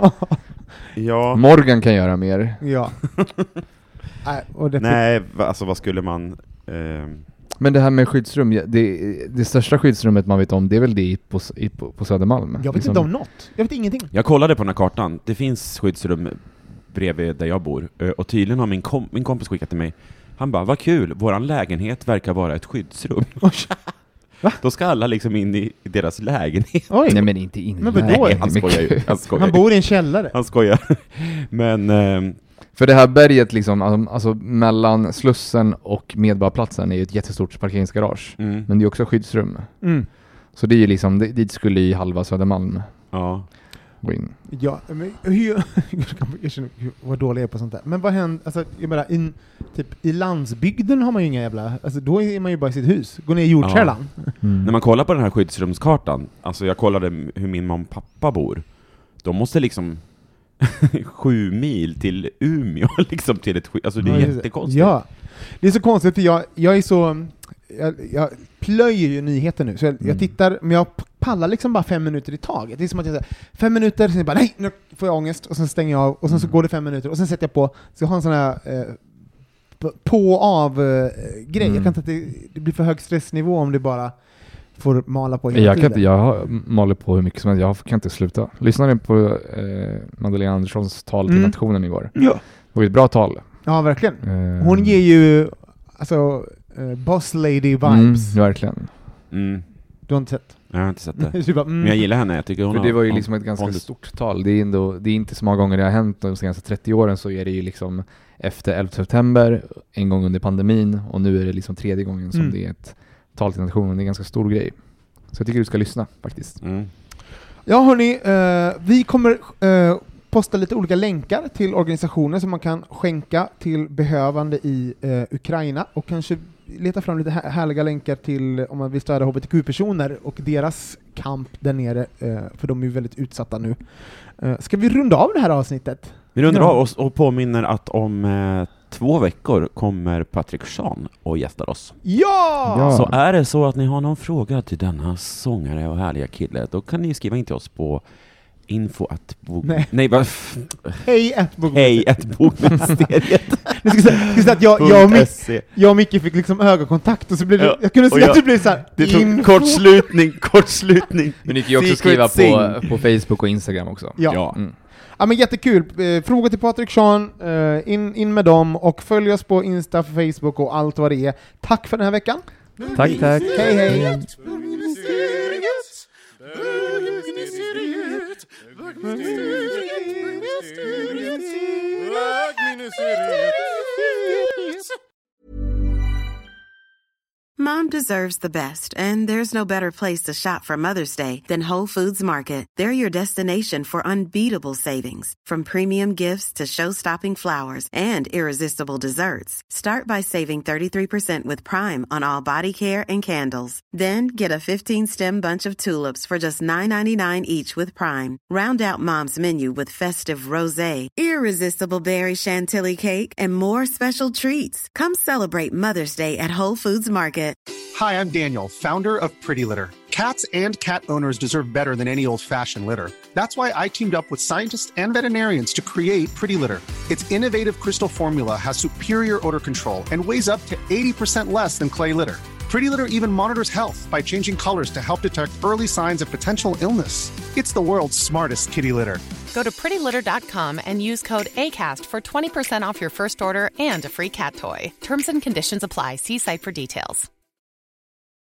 [SPEAKER 8] Ja.
[SPEAKER 7] Morgan kan göra mer.
[SPEAKER 6] Ja. Nej, och det
[SPEAKER 8] Nej, alltså vad skulle man... Eh...
[SPEAKER 7] Men det här med skyddsrum, det, det största skyddsrummet man vet om, det är väl det på, på, på Södermalm?
[SPEAKER 6] Jag vet
[SPEAKER 7] liksom.
[SPEAKER 6] inte om något. Jag vet ingenting.
[SPEAKER 8] Jag kollade på den här kartan. Det finns skyddsrum bredvid där jag bor. Och tydligen har min, kom, min kompis skickat till mig. Han bara, vad kul, våran lägenhet verkar vara ett skyddsrum.
[SPEAKER 6] Va?
[SPEAKER 8] Då ska alla liksom in i deras lägenhet.
[SPEAKER 6] Oj.
[SPEAKER 7] Nej, men inte in i
[SPEAKER 6] men
[SPEAKER 7] lägenhet.
[SPEAKER 8] Han skojar ju. Han, skojar.
[SPEAKER 6] Han bor i en källare.
[SPEAKER 8] Han skojar. Men... Eh,
[SPEAKER 7] För det här berget liksom, alltså, alltså mellan Slussen och Medborgarplatsen är ju ett jättestort parkeringsgarage. Mm. Men det är också skyddsrum.
[SPEAKER 6] Mm.
[SPEAKER 7] Så det är ju liksom, det, dit skulle ju halva Södermalm
[SPEAKER 8] ja.
[SPEAKER 6] gå in. Ja, men hur, jag känner vad dålig jag är på sånt där. Men vad händer, alltså jag menar, in, typ, i landsbygden har man ju inga jävla, alltså då är man ju bara i sitt hus. Gå ner i jordkällan.
[SPEAKER 8] Ja. Mm. När man kollar på den här skyddsrumskartan, alltså jag kollade hur min mamma och pappa bor. De måste liksom sju mil till Umeå liksom till ett, alltså det är ja, jättekonstigt.
[SPEAKER 6] Ja. Det är så konstigt för jag jag är så jag, jag plöjer ju nyheter nu så jag, mm. jag tittar men jag pallar liksom bara fem minuter i taget. Det är som att jag säger fem minuter sen bara nej nu får jag ångest och sen stänger jag av och sen så går det fem minuter och sen sätter jag på så jag har en sån här eh, på av eh, grej. Mm. Jag kan inte att det, det blir för hög stressnivå om det bara får mala på hela
[SPEAKER 7] jag
[SPEAKER 6] tiden.
[SPEAKER 7] Kan inte, jag har maler på hur mycket som helst. Jag kan inte sluta. Lyssnade på eh, Magdalena Anderssons tal till mm. nationen igår.
[SPEAKER 6] Ja.
[SPEAKER 7] Det var ett bra tal.
[SPEAKER 6] Ja, verkligen. Eh. Hon ger ju alltså uh, boss lady vibes.
[SPEAKER 7] Mm, verkligen.
[SPEAKER 8] Mm.
[SPEAKER 6] Du har inte sett?
[SPEAKER 8] Jag har inte sett det. bara, mm. Men jag gillar henne. Jag tycker hon
[SPEAKER 7] För
[SPEAKER 8] har,
[SPEAKER 7] det var ju liksom ett ganska hållit. stort tal. Det är, ändå, det är inte så många gånger det har hänt de senaste trettio åren, så är det ju liksom efter elfte september, en gång under pandemin, och nu är det liksom tredje gången som mm. det är ett tal till nationen. Det är en ganska stor grej. Så jag tycker du ska lyssna faktiskt.
[SPEAKER 8] Mm.
[SPEAKER 6] Ja hörni, eh, vi kommer eh, posta lite olika länkar till organisationer som man kan skänka till behövande i eh, Ukraina, och kanske leta fram lite här- härliga länkar till om man vill stödja H B T Q-personer och deras kamp där nere, eh, för de är ju väldigt utsatta nu. Eh, ska vi runda av det här avsnittet?
[SPEAKER 8] Vi rundar ja. av oss och påminner att om eh, två veckor kommer Patrik Sean och gästar oss.
[SPEAKER 6] Ja!
[SPEAKER 8] ja! Så är det så att ni har någon fråga till denna sångare och härliga kille, då kan ni skriva in till oss på info at bog...
[SPEAKER 6] Nej.
[SPEAKER 8] Nej, vad...
[SPEAKER 6] Hej at
[SPEAKER 8] bogministeriet.
[SPEAKER 6] Jag ska säga, jag, ska säga att jag, jag, och Mick, jag och Micke fick liksom ögonkontakt och så blev det, ja, jag kunde se att det blev så här.
[SPEAKER 8] Det tog kortslutning, kortslutning.
[SPEAKER 7] Men ni kan ju också skriva på, på Facebook och Instagram också.
[SPEAKER 6] Ja.
[SPEAKER 8] Ja.
[SPEAKER 6] Mm. Ja, men jättekul. Eh, fråga till Patrik Sean, eh, in, in med dem och följ oss på Insta, Facebook och allt vad det är. Tack för den här veckan.
[SPEAKER 7] Tack, tack.
[SPEAKER 6] Hej, hej.
[SPEAKER 13] Mom deserves the best, and there's no better place to shop for Mother's Day than Whole Foods Market. They're your destination for unbeatable savings, from premium gifts to show-stopping flowers and irresistible desserts. Start by saving thirty-three percent with Prime on all body care and candles. Then get a fifteen-stem bunch of tulips for just nine ninety-nine each with Prime. Round out Mom's menu with festive rosé, irresistible berry chantilly cake, and more special treats. Come celebrate Mother's Day at Whole Foods Market.
[SPEAKER 11] Hi, I'm Daniel, founder of Pretty Litter. Cats and cat owners deserve better than any old-fashioned litter. That's why I teamed up with scientists and veterinarians to create Pretty Litter. Its innovative crystal formula has superior odor control and weighs up to eighty percent less than clay litter. Pretty Litter even monitors health by changing colors to help detect early signs of potential illness. It's the world's smartest kitty litter.
[SPEAKER 12] Go to pretty litter dot com and use code ACAST for twenty percent off your first order and a free cat toy. Terms and conditions apply. See site for details.